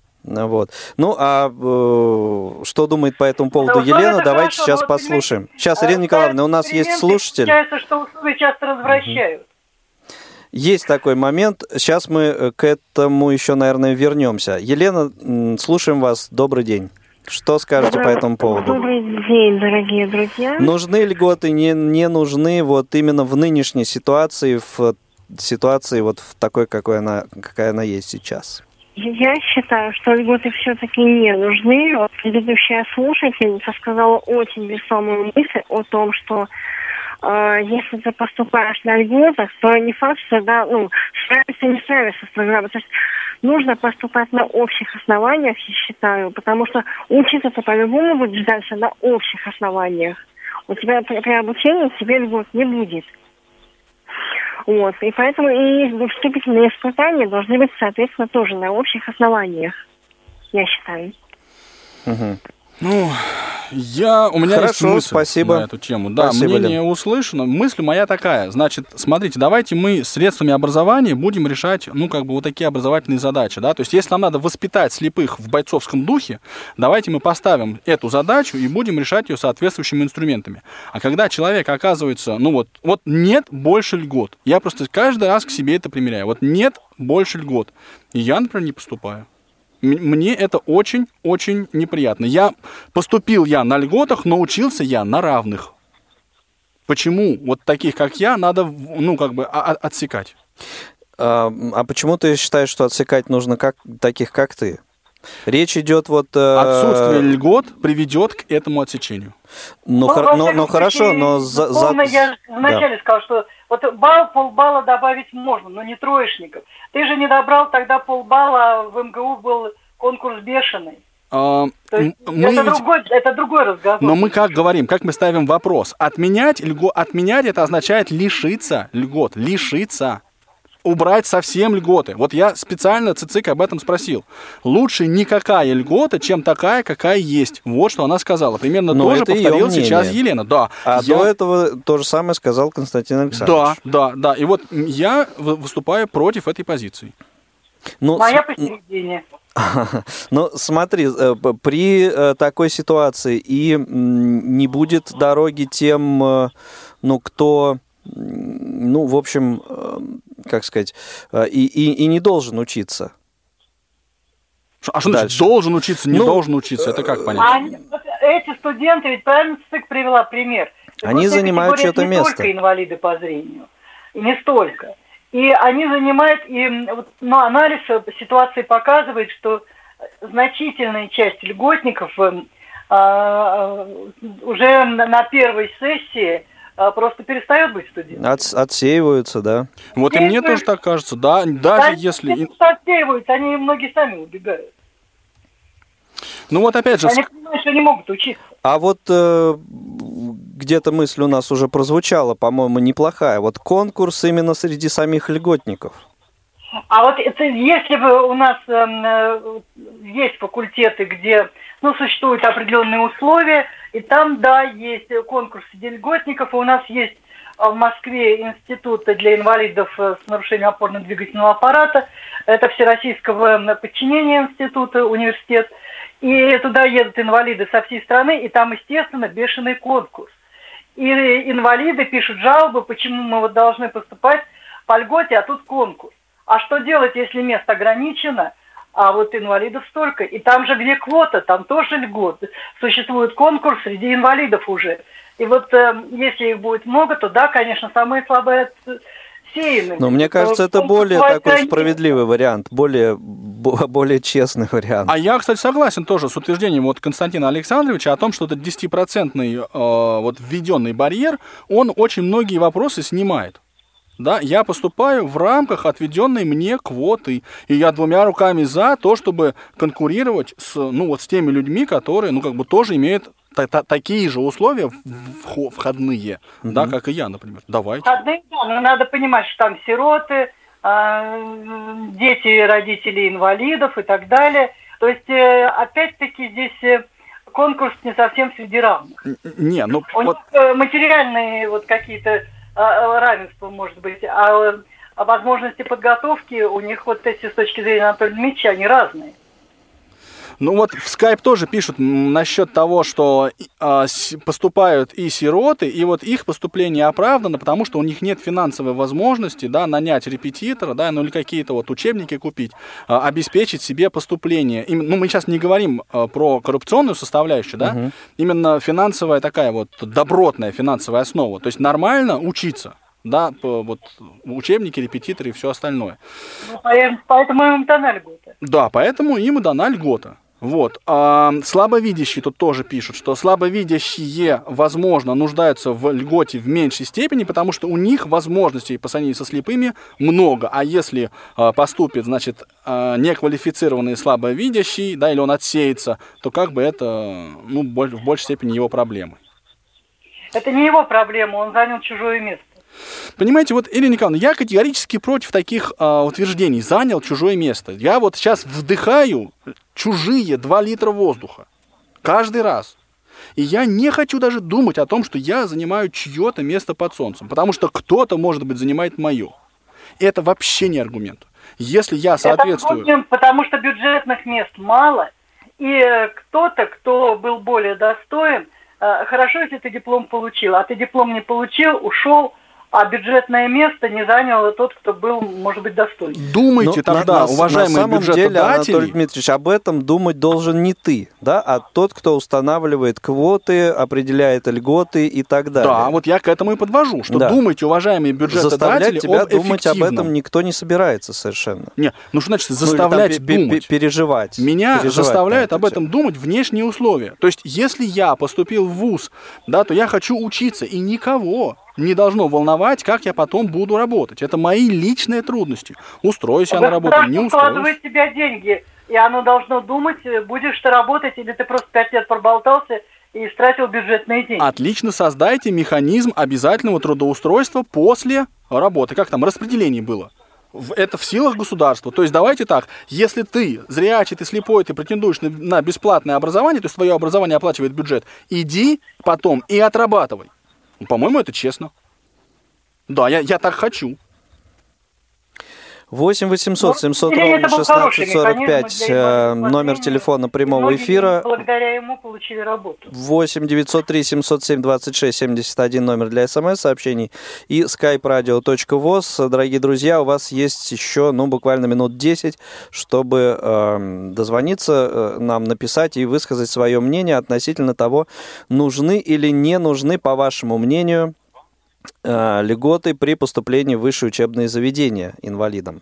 Speaker 3: Что думает по этому поводу Елена, давайте сейчас послушаем. Сейчас, Ирина Николаевна, у нас есть слушатель.
Speaker 2: Получается, что условия часто развращают.
Speaker 3: Есть такой момент. Сейчас мы к этому еще, наверное, вернемся. Елена, слушаем вас. Добрый день. Что скажете по этому поводу?
Speaker 10: Добрый день, дорогие друзья.
Speaker 3: Нужны льготы, не нужны вот именно в нынешней ситуации, в ситуации вот в такой, какая она есть сейчас?
Speaker 10: Я считаю, что льготы все-таки не нужны. Вот предыдущая слушательница сказала очень весомую мысль о том, что если ты поступаешь на льготах, то не факт, что справишься, не справишься с программой. То есть нужно поступать на общих основаниях, я считаю, потому что учиться-то по-любому будешь дальше на общих основаниях. У тебя при обучении тебе льгот не будет. Вот. И поэтому и вступительные испытания должны быть, соответственно, тоже на общих основаниях, я считаю.
Speaker 3: Угу.
Speaker 4: У меня есть мысль на эту тему. Да,
Speaker 3: спасибо,
Speaker 4: мнение услышано. Мысль моя такая. Значит, смотрите, давайте мы средствами образования будем решать, вот такие образовательные задачи, да. То есть, если нам надо воспитать слепых в бойцовском духе, давайте мы поставим эту задачу и будем решать ее соответствующими инструментами. А когда человек оказывается, нет больше льгот. Я просто каждый раз к себе это примеряю. Вот нет больше льгот. И я, например, не поступаю. Мне это очень-очень неприятно. Поступил на льготах, но учился я на равных. Почему вот таких, как я, надо, отсекать?
Speaker 3: А почему ты считаешь, что отсекать нужно таких, как ты? Речь идет
Speaker 4: Отсутствие льгот приведет к этому отсечению.
Speaker 3: Хорошо, но...
Speaker 2: Я вначале сказал, что полбалла добавить можно, но не троечников. Ты же не добрал тогда полбалла, в МГУ был конкурс бешеный. Это другой разговор.
Speaker 4: Но мы как говорим, как мы ставим вопрос? Отменять это означает лишиться льгот, лишиться. Убрать совсем льготы. Вот я специально ЦЦИК об этом спросил. Лучше никакая льгота, чем такая, какая есть. Вот что она сказала. Примерно то же повторила сейчас Елена. Да.
Speaker 3: До этого то же самое сказал Константин Александрович.
Speaker 4: Да. И вот я выступаю против этой позиции.
Speaker 2: Моя посередине.
Speaker 3: Смотри, при такой ситуации и не будет дороги тем, кто... в общем, как сказать, и не должен учиться.
Speaker 4: А что значит должен учиться, не должен учиться? Это как понять?
Speaker 2: Эти студенты, ведь правильно ЦИК привела пример.
Speaker 3: Они занимают чье-то место.
Speaker 2: Не только инвалиды по зрению, и не столько. И они занимают, анализ ситуации показывает, что значительная часть льготников уже на первой сессии просто перестает быть студентом.
Speaker 3: Отсеиваются, да.
Speaker 4: Вот и мне тоже так кажется, да, даже если...
Speaker 2: Отсеиваются, они многие сами убегают.
Speaker 4: Опять же...
Speaker 2: Они понимают, что не могут учиться.
Speaker 3: А вот где-то мысль у нас уже прозвучала, по-моему, неплохая. Вот конкурс именно среди самих льготников.
Speaker 2: А вот если бы у нас есть факультеты, где существуют определенные условия, и там, есть конкурс среди льготников, и у нас есть в Москве институт для инвалидов с нарушением опорно-двигательного аппарата, это Всероссийского подчинения института, университет, и туда едут инвалиды со всей страны, и там, естественно, бешеный конкурс. И инвалиды пишут жалобы, почему мы должны поступать по льготе, а тут конкурс. А что делать, если место ограничено, а вот инвалидов столько? И там же, где квота, там тоже льготы. Существует конкурс среди инвалидов уже. И вот если их будет много, то да, конечно, самые слабые отсеяны.
Speaker 3: Но мне кажется, это более такой справедливый вариант, более честный вариант.
Speaker 4: А я, кстати, согласен тоже с утверждением Константина Александровича о том, что этот 10% введенный барьер, он очень многие вопросы снимает. Да, я поступаю в рамках отведенной мне квоты, и я двумя руками за то, чтобы конкурировать с теми людьми, которые, тоже имеют такие же условия входные, да, как и я, например. Давайте.
Speaker 2: Входные, да, но надо понимать, что там сироты, дети родителей инвалидов и так далее. То есть, опять-таки, здесь конкурс не совсем среди равных. У них материальные какие-то равенство, может быть, а возможности подготовки у них эти с точки зрения Анатолия Дмитриевича, они разные.
Speaker 4: Ну вот в Skype тоже пишут насчет того, что поступают и сироты, и вот их поступление оправдано, потому что у них нет финансовой возможности, да, нанять репетитора, да, ну или какие-то вот учебники купить, обеспечить себе поступление. Ну мы сейчас не говорим про коррупционную составляющую, да, именно финансовая такая вот добротная финансовая основа, то есть нормально учиться. Да, вот учебники, репетиторы и все остальное.
Speaker 2: Ну, поэтому им дана льгота.
Speaker 4: Да, поэтому им и дана льгота. Вот. Слабовидящие тут тоже пишут, что слабовидящие, возможно, нуждаются в льготе в меньшей степени, потому что у них возможностей по сравнению со слепыми много. А если поступит, значит, неквалифицированный слабовидящий, да, или он отсеется, то как бы это, ну, в большей степени его проблемы.
Speaker 2: Это не его проблема, он занял чужое место.
Speaker 4: Понимаете, вот, Ирина Николаевна, я категорически против таких утверждений. Занял чужое место. Я вот сейчас вдыхаю чужие 2 литра воздуха. Каждый раз. И я не хочу даже думать о том, что я занимаю чье-то место под солнцем. Потому что кто-то, может быть, занимает мое. Это вообще не аргумент. Если я соответствую...
Speaker 2: Это потому что бюджетных мест мало. И кто-то, кто был более достоин, хорошо, если ты диплом получил. А ты диплом не получил, ушел. А бюджетное место не занял тот, кто был, может быть, достоин.
Speaker 4: Думайте тогда, уважаемые бюджетодатели...
Speaker 3: На самом деле, Анатолий Дмитриевич, об этом думать должен не ты, да, а тот, кто устанавливает квоты, определяет льготы и так далее.
Speaker 4: Да, вот я к этому и подвожу, что думайте, уважаемые бюджетодатели,
Speaker 3: заставлять тебя
Speaker 4: об
Speaker 3: думать об этом никто не собирается совершенно.
Speaker 4: Не, ну что значит заставлять думать?
Speaker 3: Переживать.
Speaker 4: Меня заставляют об этом думать внешние условия. То есть, если я поступил в вуз, да, то я хочу учиться, и никого не должно волновать, как я потом буду работать. Это мои личные трудности. Устроюсь я на работу, не устроюсь.
Speaker 2: Вкладывает в тебя деньги, и оно должно думать, будешь ты работать, или ты просто 5 лет проболтался и истратил бюджетные деньги.
Speaker 4: Отлично, создайте механизм обязательного трудоустройства после работы. Как там, распределение было? Это в силах государства. То есть давайте так, если ты зрячий, ты слепой, ты претендуешь на бесплатное образование, то есть твое образование оплачивает бюджет, иди потом и отрабатывай. По-моему, это честно. Да, я так хочу.
Speaker 3: 8 800 700 ровно 1645 номер телефона прямого эфира.
Speaker 2: Благодаря ему получили работу.
Speaker 3: 8 903 707 26 71 номер для смс-сообщений и skype-radio.voz. Дорогие друзья, у вас есть еще, буквально минут 10, чтобы дозвониться, нам написать и высказать свое мнение относительно того, нужны или не нужны, по вашему мнению, льготы при поступлении в высшее учебное заведение инвалидам.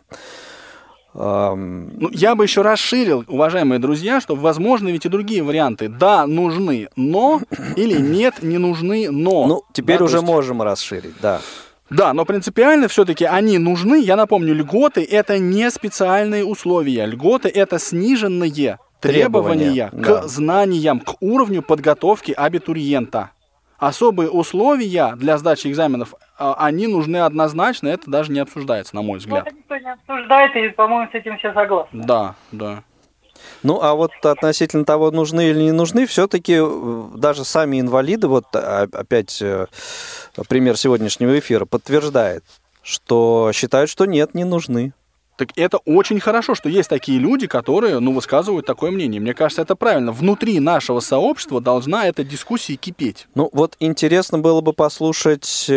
Speaker 4: Я бы еще расширил, уважаемые друзья, что возможны ведь и другие варианты. Да, нужны, но, или нет, не нужны, но.
Speaker 3: Теперь уже можем расширить, да.
Speaker 4: Да, но принципиально все-таки они нужны. Я напомню, льготы – это не специальные условия. Льготы – это сниженные требования к знаниям, к уровню подготовки абитуриента. Особые условия для сдачи экзаменов, они нужны однозначно, это даже не обсуждается, на мой взгляд.
Speaker 2: Это никто не обсуждает, и, по-моему, с этим все согласны.
Speaker 4: Да.
Speaker 3: А вот относительно того, нужны или не нужны, все-таки даже сами инвалиды, вот опять пример сегодняшнего эфира, подтверждает, что считают, что нет, не нужны.
Speaker 4: Так это очень хорошо, что есть такие люди, которые, высказывают такое мнение. Мне кажется, это правильно. Внутри нашего сообщества должна эта дискуссия кипеть.
Speaker 3: Вот интересно было бы послушать,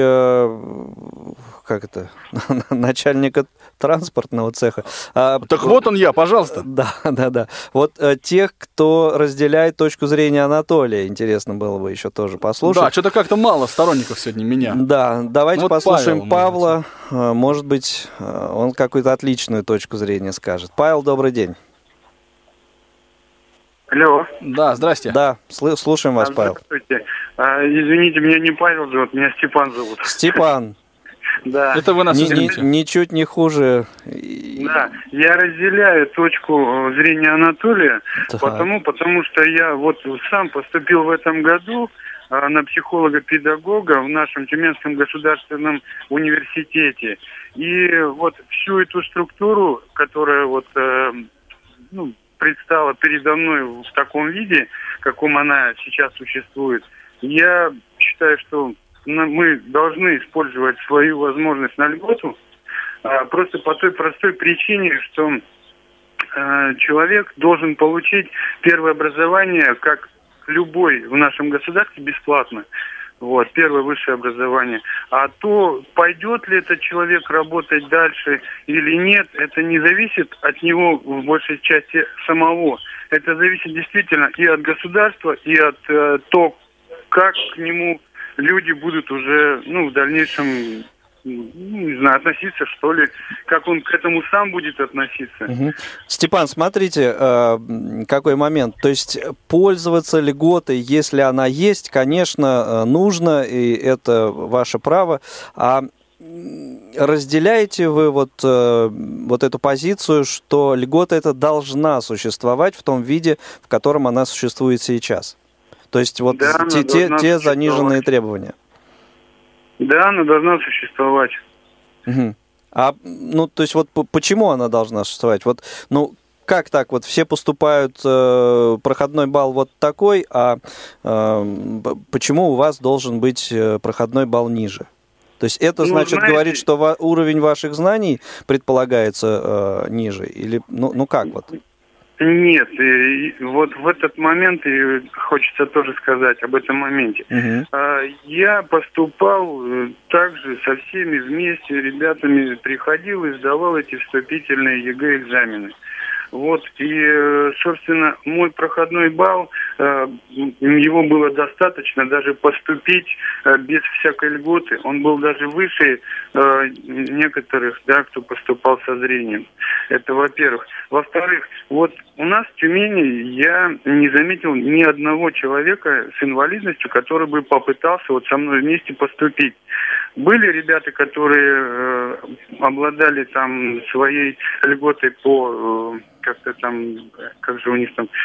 Speaker 3: начальника транспортного цеха.
Speaker 4: Так вот он я, пожалуйста.
Speaker 3: Да. Вот тех, кто разделяет точку зрения Анатолия, интересно было бы еще тоже послушать.
Speaker 4: Да, что-то как-то мало сторонников сегодня меня.
Speaker 3: Да, давайте послушаем Павла. Может быть, он какую-то отличную точку зрения скажет. Павел, добрый день.
Speaker 11: Алло.
Speaker 4: Да, здрасте.
Speaker 3: Да, слушаем вас, Павел.
Speaker 11: Здравствуйте. Извините, меня не Павел зовут, меня Степан зовут.
Speaker 3: Степан.
Speaker 11: Да.
Speaker 4: Это вы нас извините.
Speaker 3: Ничуть не хуже.
Speaker 11: Да, я разделяю точку зрения Анатолия, потому что я сам поступил в этом году на психолога-педагога в нашем Тюменском государственном университете. И всю эту структуру, которая предстала передо мной в таком виде, каком она сейчас существует, я считаю, что мы должны использовать свою возможность на льготу, просто по той простой причине, что человек должен получить первое образование, как любой в нашем государстве, бесплатно. Вот, первое высшее образование. А то, пойдет ли этот человек работать дальше или нет, это не зависит от него в большей части самого. Это зависит действительно и от государства, и от того, как к нему люди будут уже, в дальнейшем, не знаю, относиться, что ли, как он к этому сам будет относиться.
Speaker 3: Угу. Степан, смотрите, какой момент. То есть пользоваться льготой, если она есть, конечно, нужно, и это ваше право. А разделяете вы вот эту позицию, что льгота эта должна существовать в том виде, в котором она существует сейчас? То есть вот
Speaker 11: да,
Speaker 3: те заниженные требования.
Speaker 11: Да, она должна существовать.
Speaker 3: Угу. То есть вот почему она должна существовать? Вот, как так? Вот все поступают, проходной балл вот такой, а почему у вас должен быть проходной балл ниже? То есть это, значит, говорит, что уровень ваших знаний предполагается ниже? Или, как вот?
Speaker 11: Нет, и вот в этот момент и хочется тоже сказать об этом моменте. Я поступал также со всеми вместе, ребятами приходил и сдавал эти вступительные ЕГЭ-экзамены. Вот, и, собственно, мой проходной балл, его было достаточно даже поступить без всякой льготы. Он был даже выше некоторых, да, кто поступал со зрением. Это во-первых. Во-вторых, вот у нас в Тюмени я не заметил ни одного человека с инвалидностью, который бы попытался вот со мной вместе поступить. Были ребята, которые обладали там своей льготой по как-то там, как же у них там...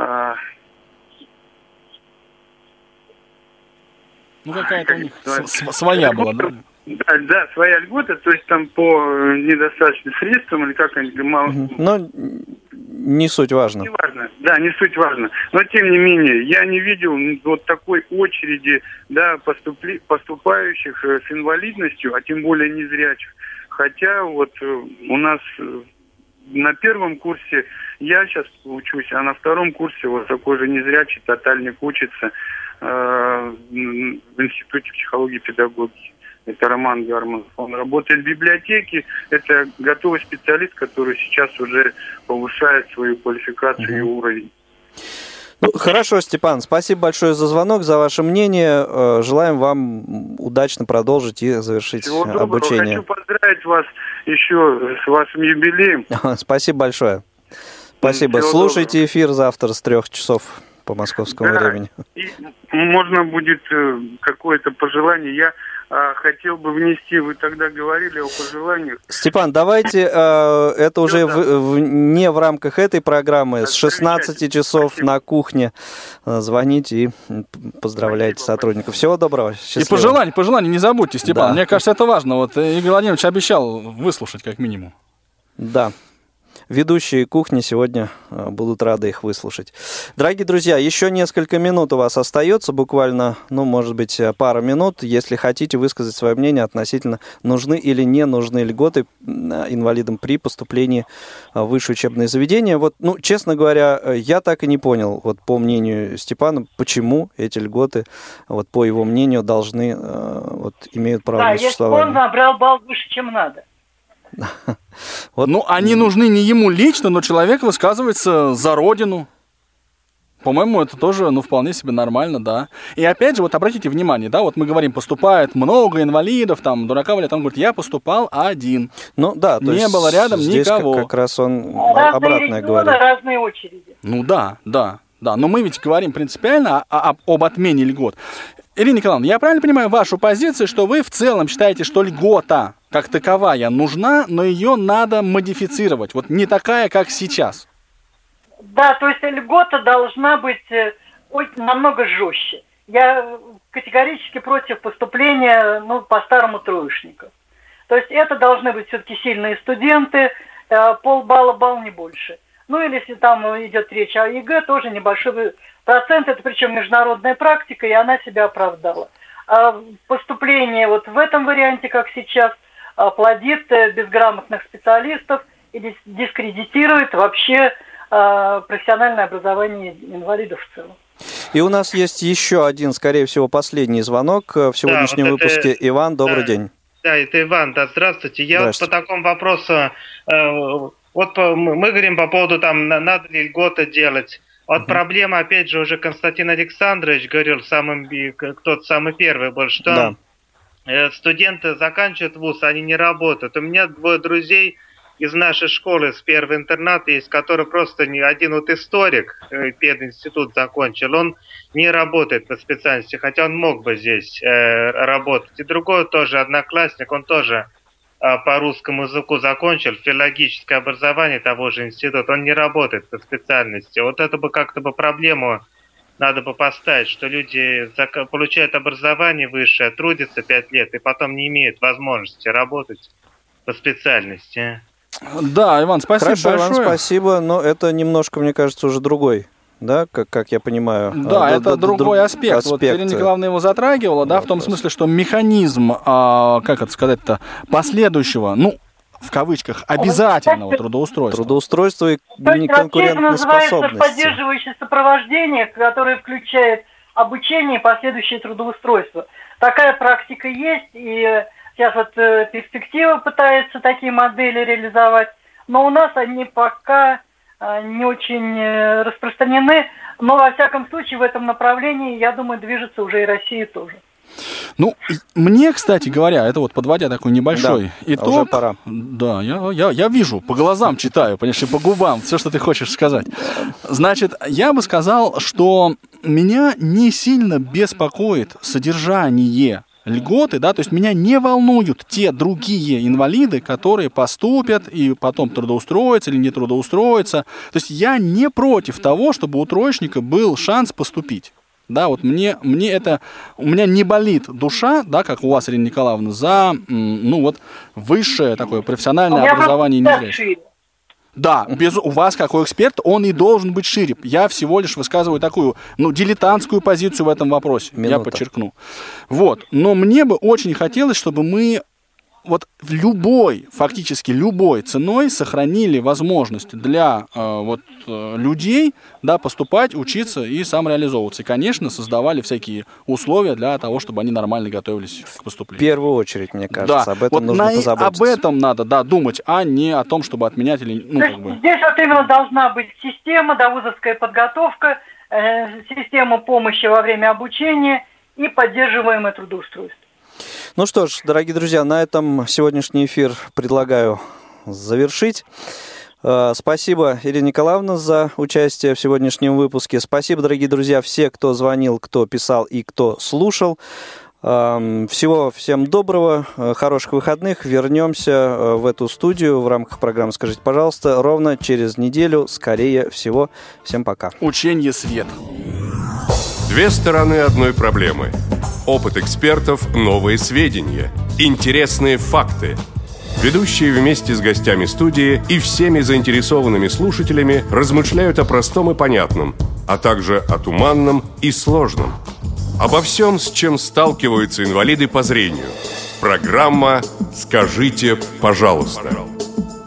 Speaker 4: какая-то у них своя была, да?
Speaker 11: Да, своя льгота, то есть там по недостаточным средствам, или как они...
Speaker 3: Но не суть важно.
Speaker 11: Не важно, да, не суть важно. Но, тем не менее, я не видел вот такой очереди, да, поступающих с инвалидностью, а тем более незрячих. Хотя вот у нас на первом курсе я сейчас учусь, а на втором курсе вот такой же незрячий тотальник учится в Институте психологии и педагогики. Это Роман Гарман. Он работает в библиотеке. Это готовый специалист, который сейчас уже повышает свою квалификацию и уровень.
Speaker 3: Хорошо, Степан, спасибо большое за звонок, за ваше мнение. Желаем вам удачно продолжить и завершить
Speaker 11: Всего доброго.
Speaker 3: Обучение.
Speaker 11: Хочу поздравить вас еще с вашим юбилеем.
Speaker 3: Спасибо большое. Спасибо.
Speaker 11: Всего
Speaker 3: Слушайте
Speaker 11: доброго.
Speaker 3: Эфир завтра с 3 часов по московскому времени. И
Speaker 11: можно будет какое-то пожелание. Я хотел бы внести, вы тогда говорили о пожеланиях.
Speaker 3: Степан, давайте, это уже не в рамках этой программы, с 16 часов Спасибо. На кухне звоните и поздравляйте сотрудников. Всего доброго, счастливо.
Speaker 4: И пожелания не забудьте, Степан. Да. Мне кажется, это важно. Вот Игорь Владимирович обещал выслушать как минимум.
Speaker 3: Да. Ведущие кухни сегодня будут рады их выслушать. Дорогие друзья, еще несколько минут у вас остается, буквально, может быть, пара минут, если хотите высказать свое мнение относительно нужны или не нужны льготы инвалидам при поступлении в высшее учебное заведение. Вот, честно говоря, я так и не понял, вот по мнению Степана, почему эти льготы, вот по его мнению, должны, имеют право на существование.
Speaker 2: Да, если он набрал балл выше, чем надо.
Speaker 4: Они нужны не ему лично, но человек высказывается за родину. По-моему, это тоже, вполне себе нормально, да. И опять же, вот обратите внимание, да, вот мы говорим, поступает много инвалидов, там, дурака валяют, он говорит, я поступал один.
Speaker 3: Да, то
Speaker 4: не было рядом
Speaker 3: здесь
Speaker 4: никого.
Speaker 3: Как раз он обратное говорит.
Speaker 2: Разные очереди.
Speaker 4: Да. Но мы ведь говорим принципиально об отмене льгот. Ирина Николаевна, я правильно понимаю вашу позицию, что вы в целом считаете, что льгота как таковая нужна, но ее надо модифицировать, вот не такая, как сейчас?
Speaker 2: Да, то есть льгота должна быть намного жестче. Я категорически против поступления по старому троечнику. То есть это должны быть все-таки сильные студенты, полбалла, балл не больше. Или если там идет речь о ЕГЭ, тоже небольшой процент, это причем международная практика, и она себя оправдала. А поступление вот в этом варианте, как сейчас, плодит безграмотных специалистов, и дискредитирует вообще профессиональное образование инвалидов в целом.
Speaker 3: И у нас есть еще один, скорее всего, последний звонок в сегодняшнем выпуске. Иван, добрый день.
Speaker 12: Да, это Иван, да, здравствуйте. Я вот по такому вопросу, вот мы говорим по поводу, там, надо ли льготы делать. Вот проблема, опять же, уже Константин Александрович говорил, кто-то самый первый был, что студенты заканчивают вуз, они не работают. У меня 2 друзей из нашей школы, с первого интерната, есть, который просто один вот историк, пединститут закончил, он не работает по специальности, хотя он мог бы здесь работать. И другой тоже одноклассник, он тоже по русскому языку закончил филологическое образование того же института, он не работает по специальности. Вот это бы как-то бы проблему надо бы поставить, что люди получают образование высшее, трудятся 5 лет и потом не имеют возможности работать по специальности.
Speaker 4: Да, Иван, спасибо большое.
Speaker 3: Иван, спасибо, но это немножко, мне кажется, уже другой, да, как я понимаю.
Speaker 4: Да, это другой аспект. Вот Ирина Николаевна его затрагивала, да, в том смысле, что механизм, как это сказать-то, последующего, в кавычках, обязательного трудоустройства.
Speaker 3: Трудоустройство и конкурентоспособность.
Speaker 2: Это называется поддерживающее сопровождение, которое включает обучение и последующее трудоустройство. Такая практика есть, и сейчас вот перспектива пытается такие модели реализовать, но у нас они пока не очень распространены, но во всяком случае в этом направлении, я думаю, движется уже и Россия тоже.
Speaker 4: Мне, кстати говоря, это вот подводя такой небольшой итог.
Speaker 3: Уже пора.
Speaker 4: Да, я вижу, по глазам читаю, понимаешь, и по губам, все, что ты хочешь сказать. Значит, я бы сказал, что меня не сильно беспокоит содержание льготы, да, то есть меня не волнуют те другие инвалиды, которые поступят и потом трудоустроятся или не трудоустроятся. То есть я не против того, чтобы у троечника был шанс поступить. Да, вот мне это, у меня не болит душа, да, как у вас, Ирина Николаевна, за, высшее такое профессиональное образование не. Да, у вас, как у эксперта, он и должен быть шире. Я всего лишь высказываю такую, дилетантскую позицию в этом вопросе. Я подчеркну. Вот. Но мне бы очень хотелось, чтобы мы фактически любой ценой сохранили возможность для людей, да, поступать, учиться и самореализовываться. И, конечно, создавали всякие условия для того, чтобы они нормально готовились к поступлению.
Speaker 3: В первую очередь, мне кажется, об этом нужно позаботиться.
Speaker 4: Об этом надо, думать, а не о том, чтобы отменять или...
Speaker 2: Здесь вот именно должна быть система, довузовская подготовка, система помощи во время обучения и поддерживаемое трудоустройство.
Speaker 3: Ну что ж, дорогие друзья, на этом сегодняшний эфир предлагаю завершить. Спасибо, Ирина Николаевна, за участие в сегодняшнем выпуске. Спасибо, дорогие друзья, все, кто звонил, кто писал и кто слушал. Всего всем доброго, хороших выходных. Вернемся в эту студию в рамках программы «Скажите, пожалуйста», ровно через неделю, скорее всего. Всем пока.
Speaker 4: Ученье свет.
Speaker 1: 2 стороны одной проблемы. Опыт экспертов, новые сведения, интересные факты. Ведущие вместе с гостями студии и всеми заинтересованными слушателями размышляют о простом и понятном, а также о туманном и сложном. Обо всем, с чем сталкиваются инвалиды по зрению. Программа «Скажите, пожалуйста».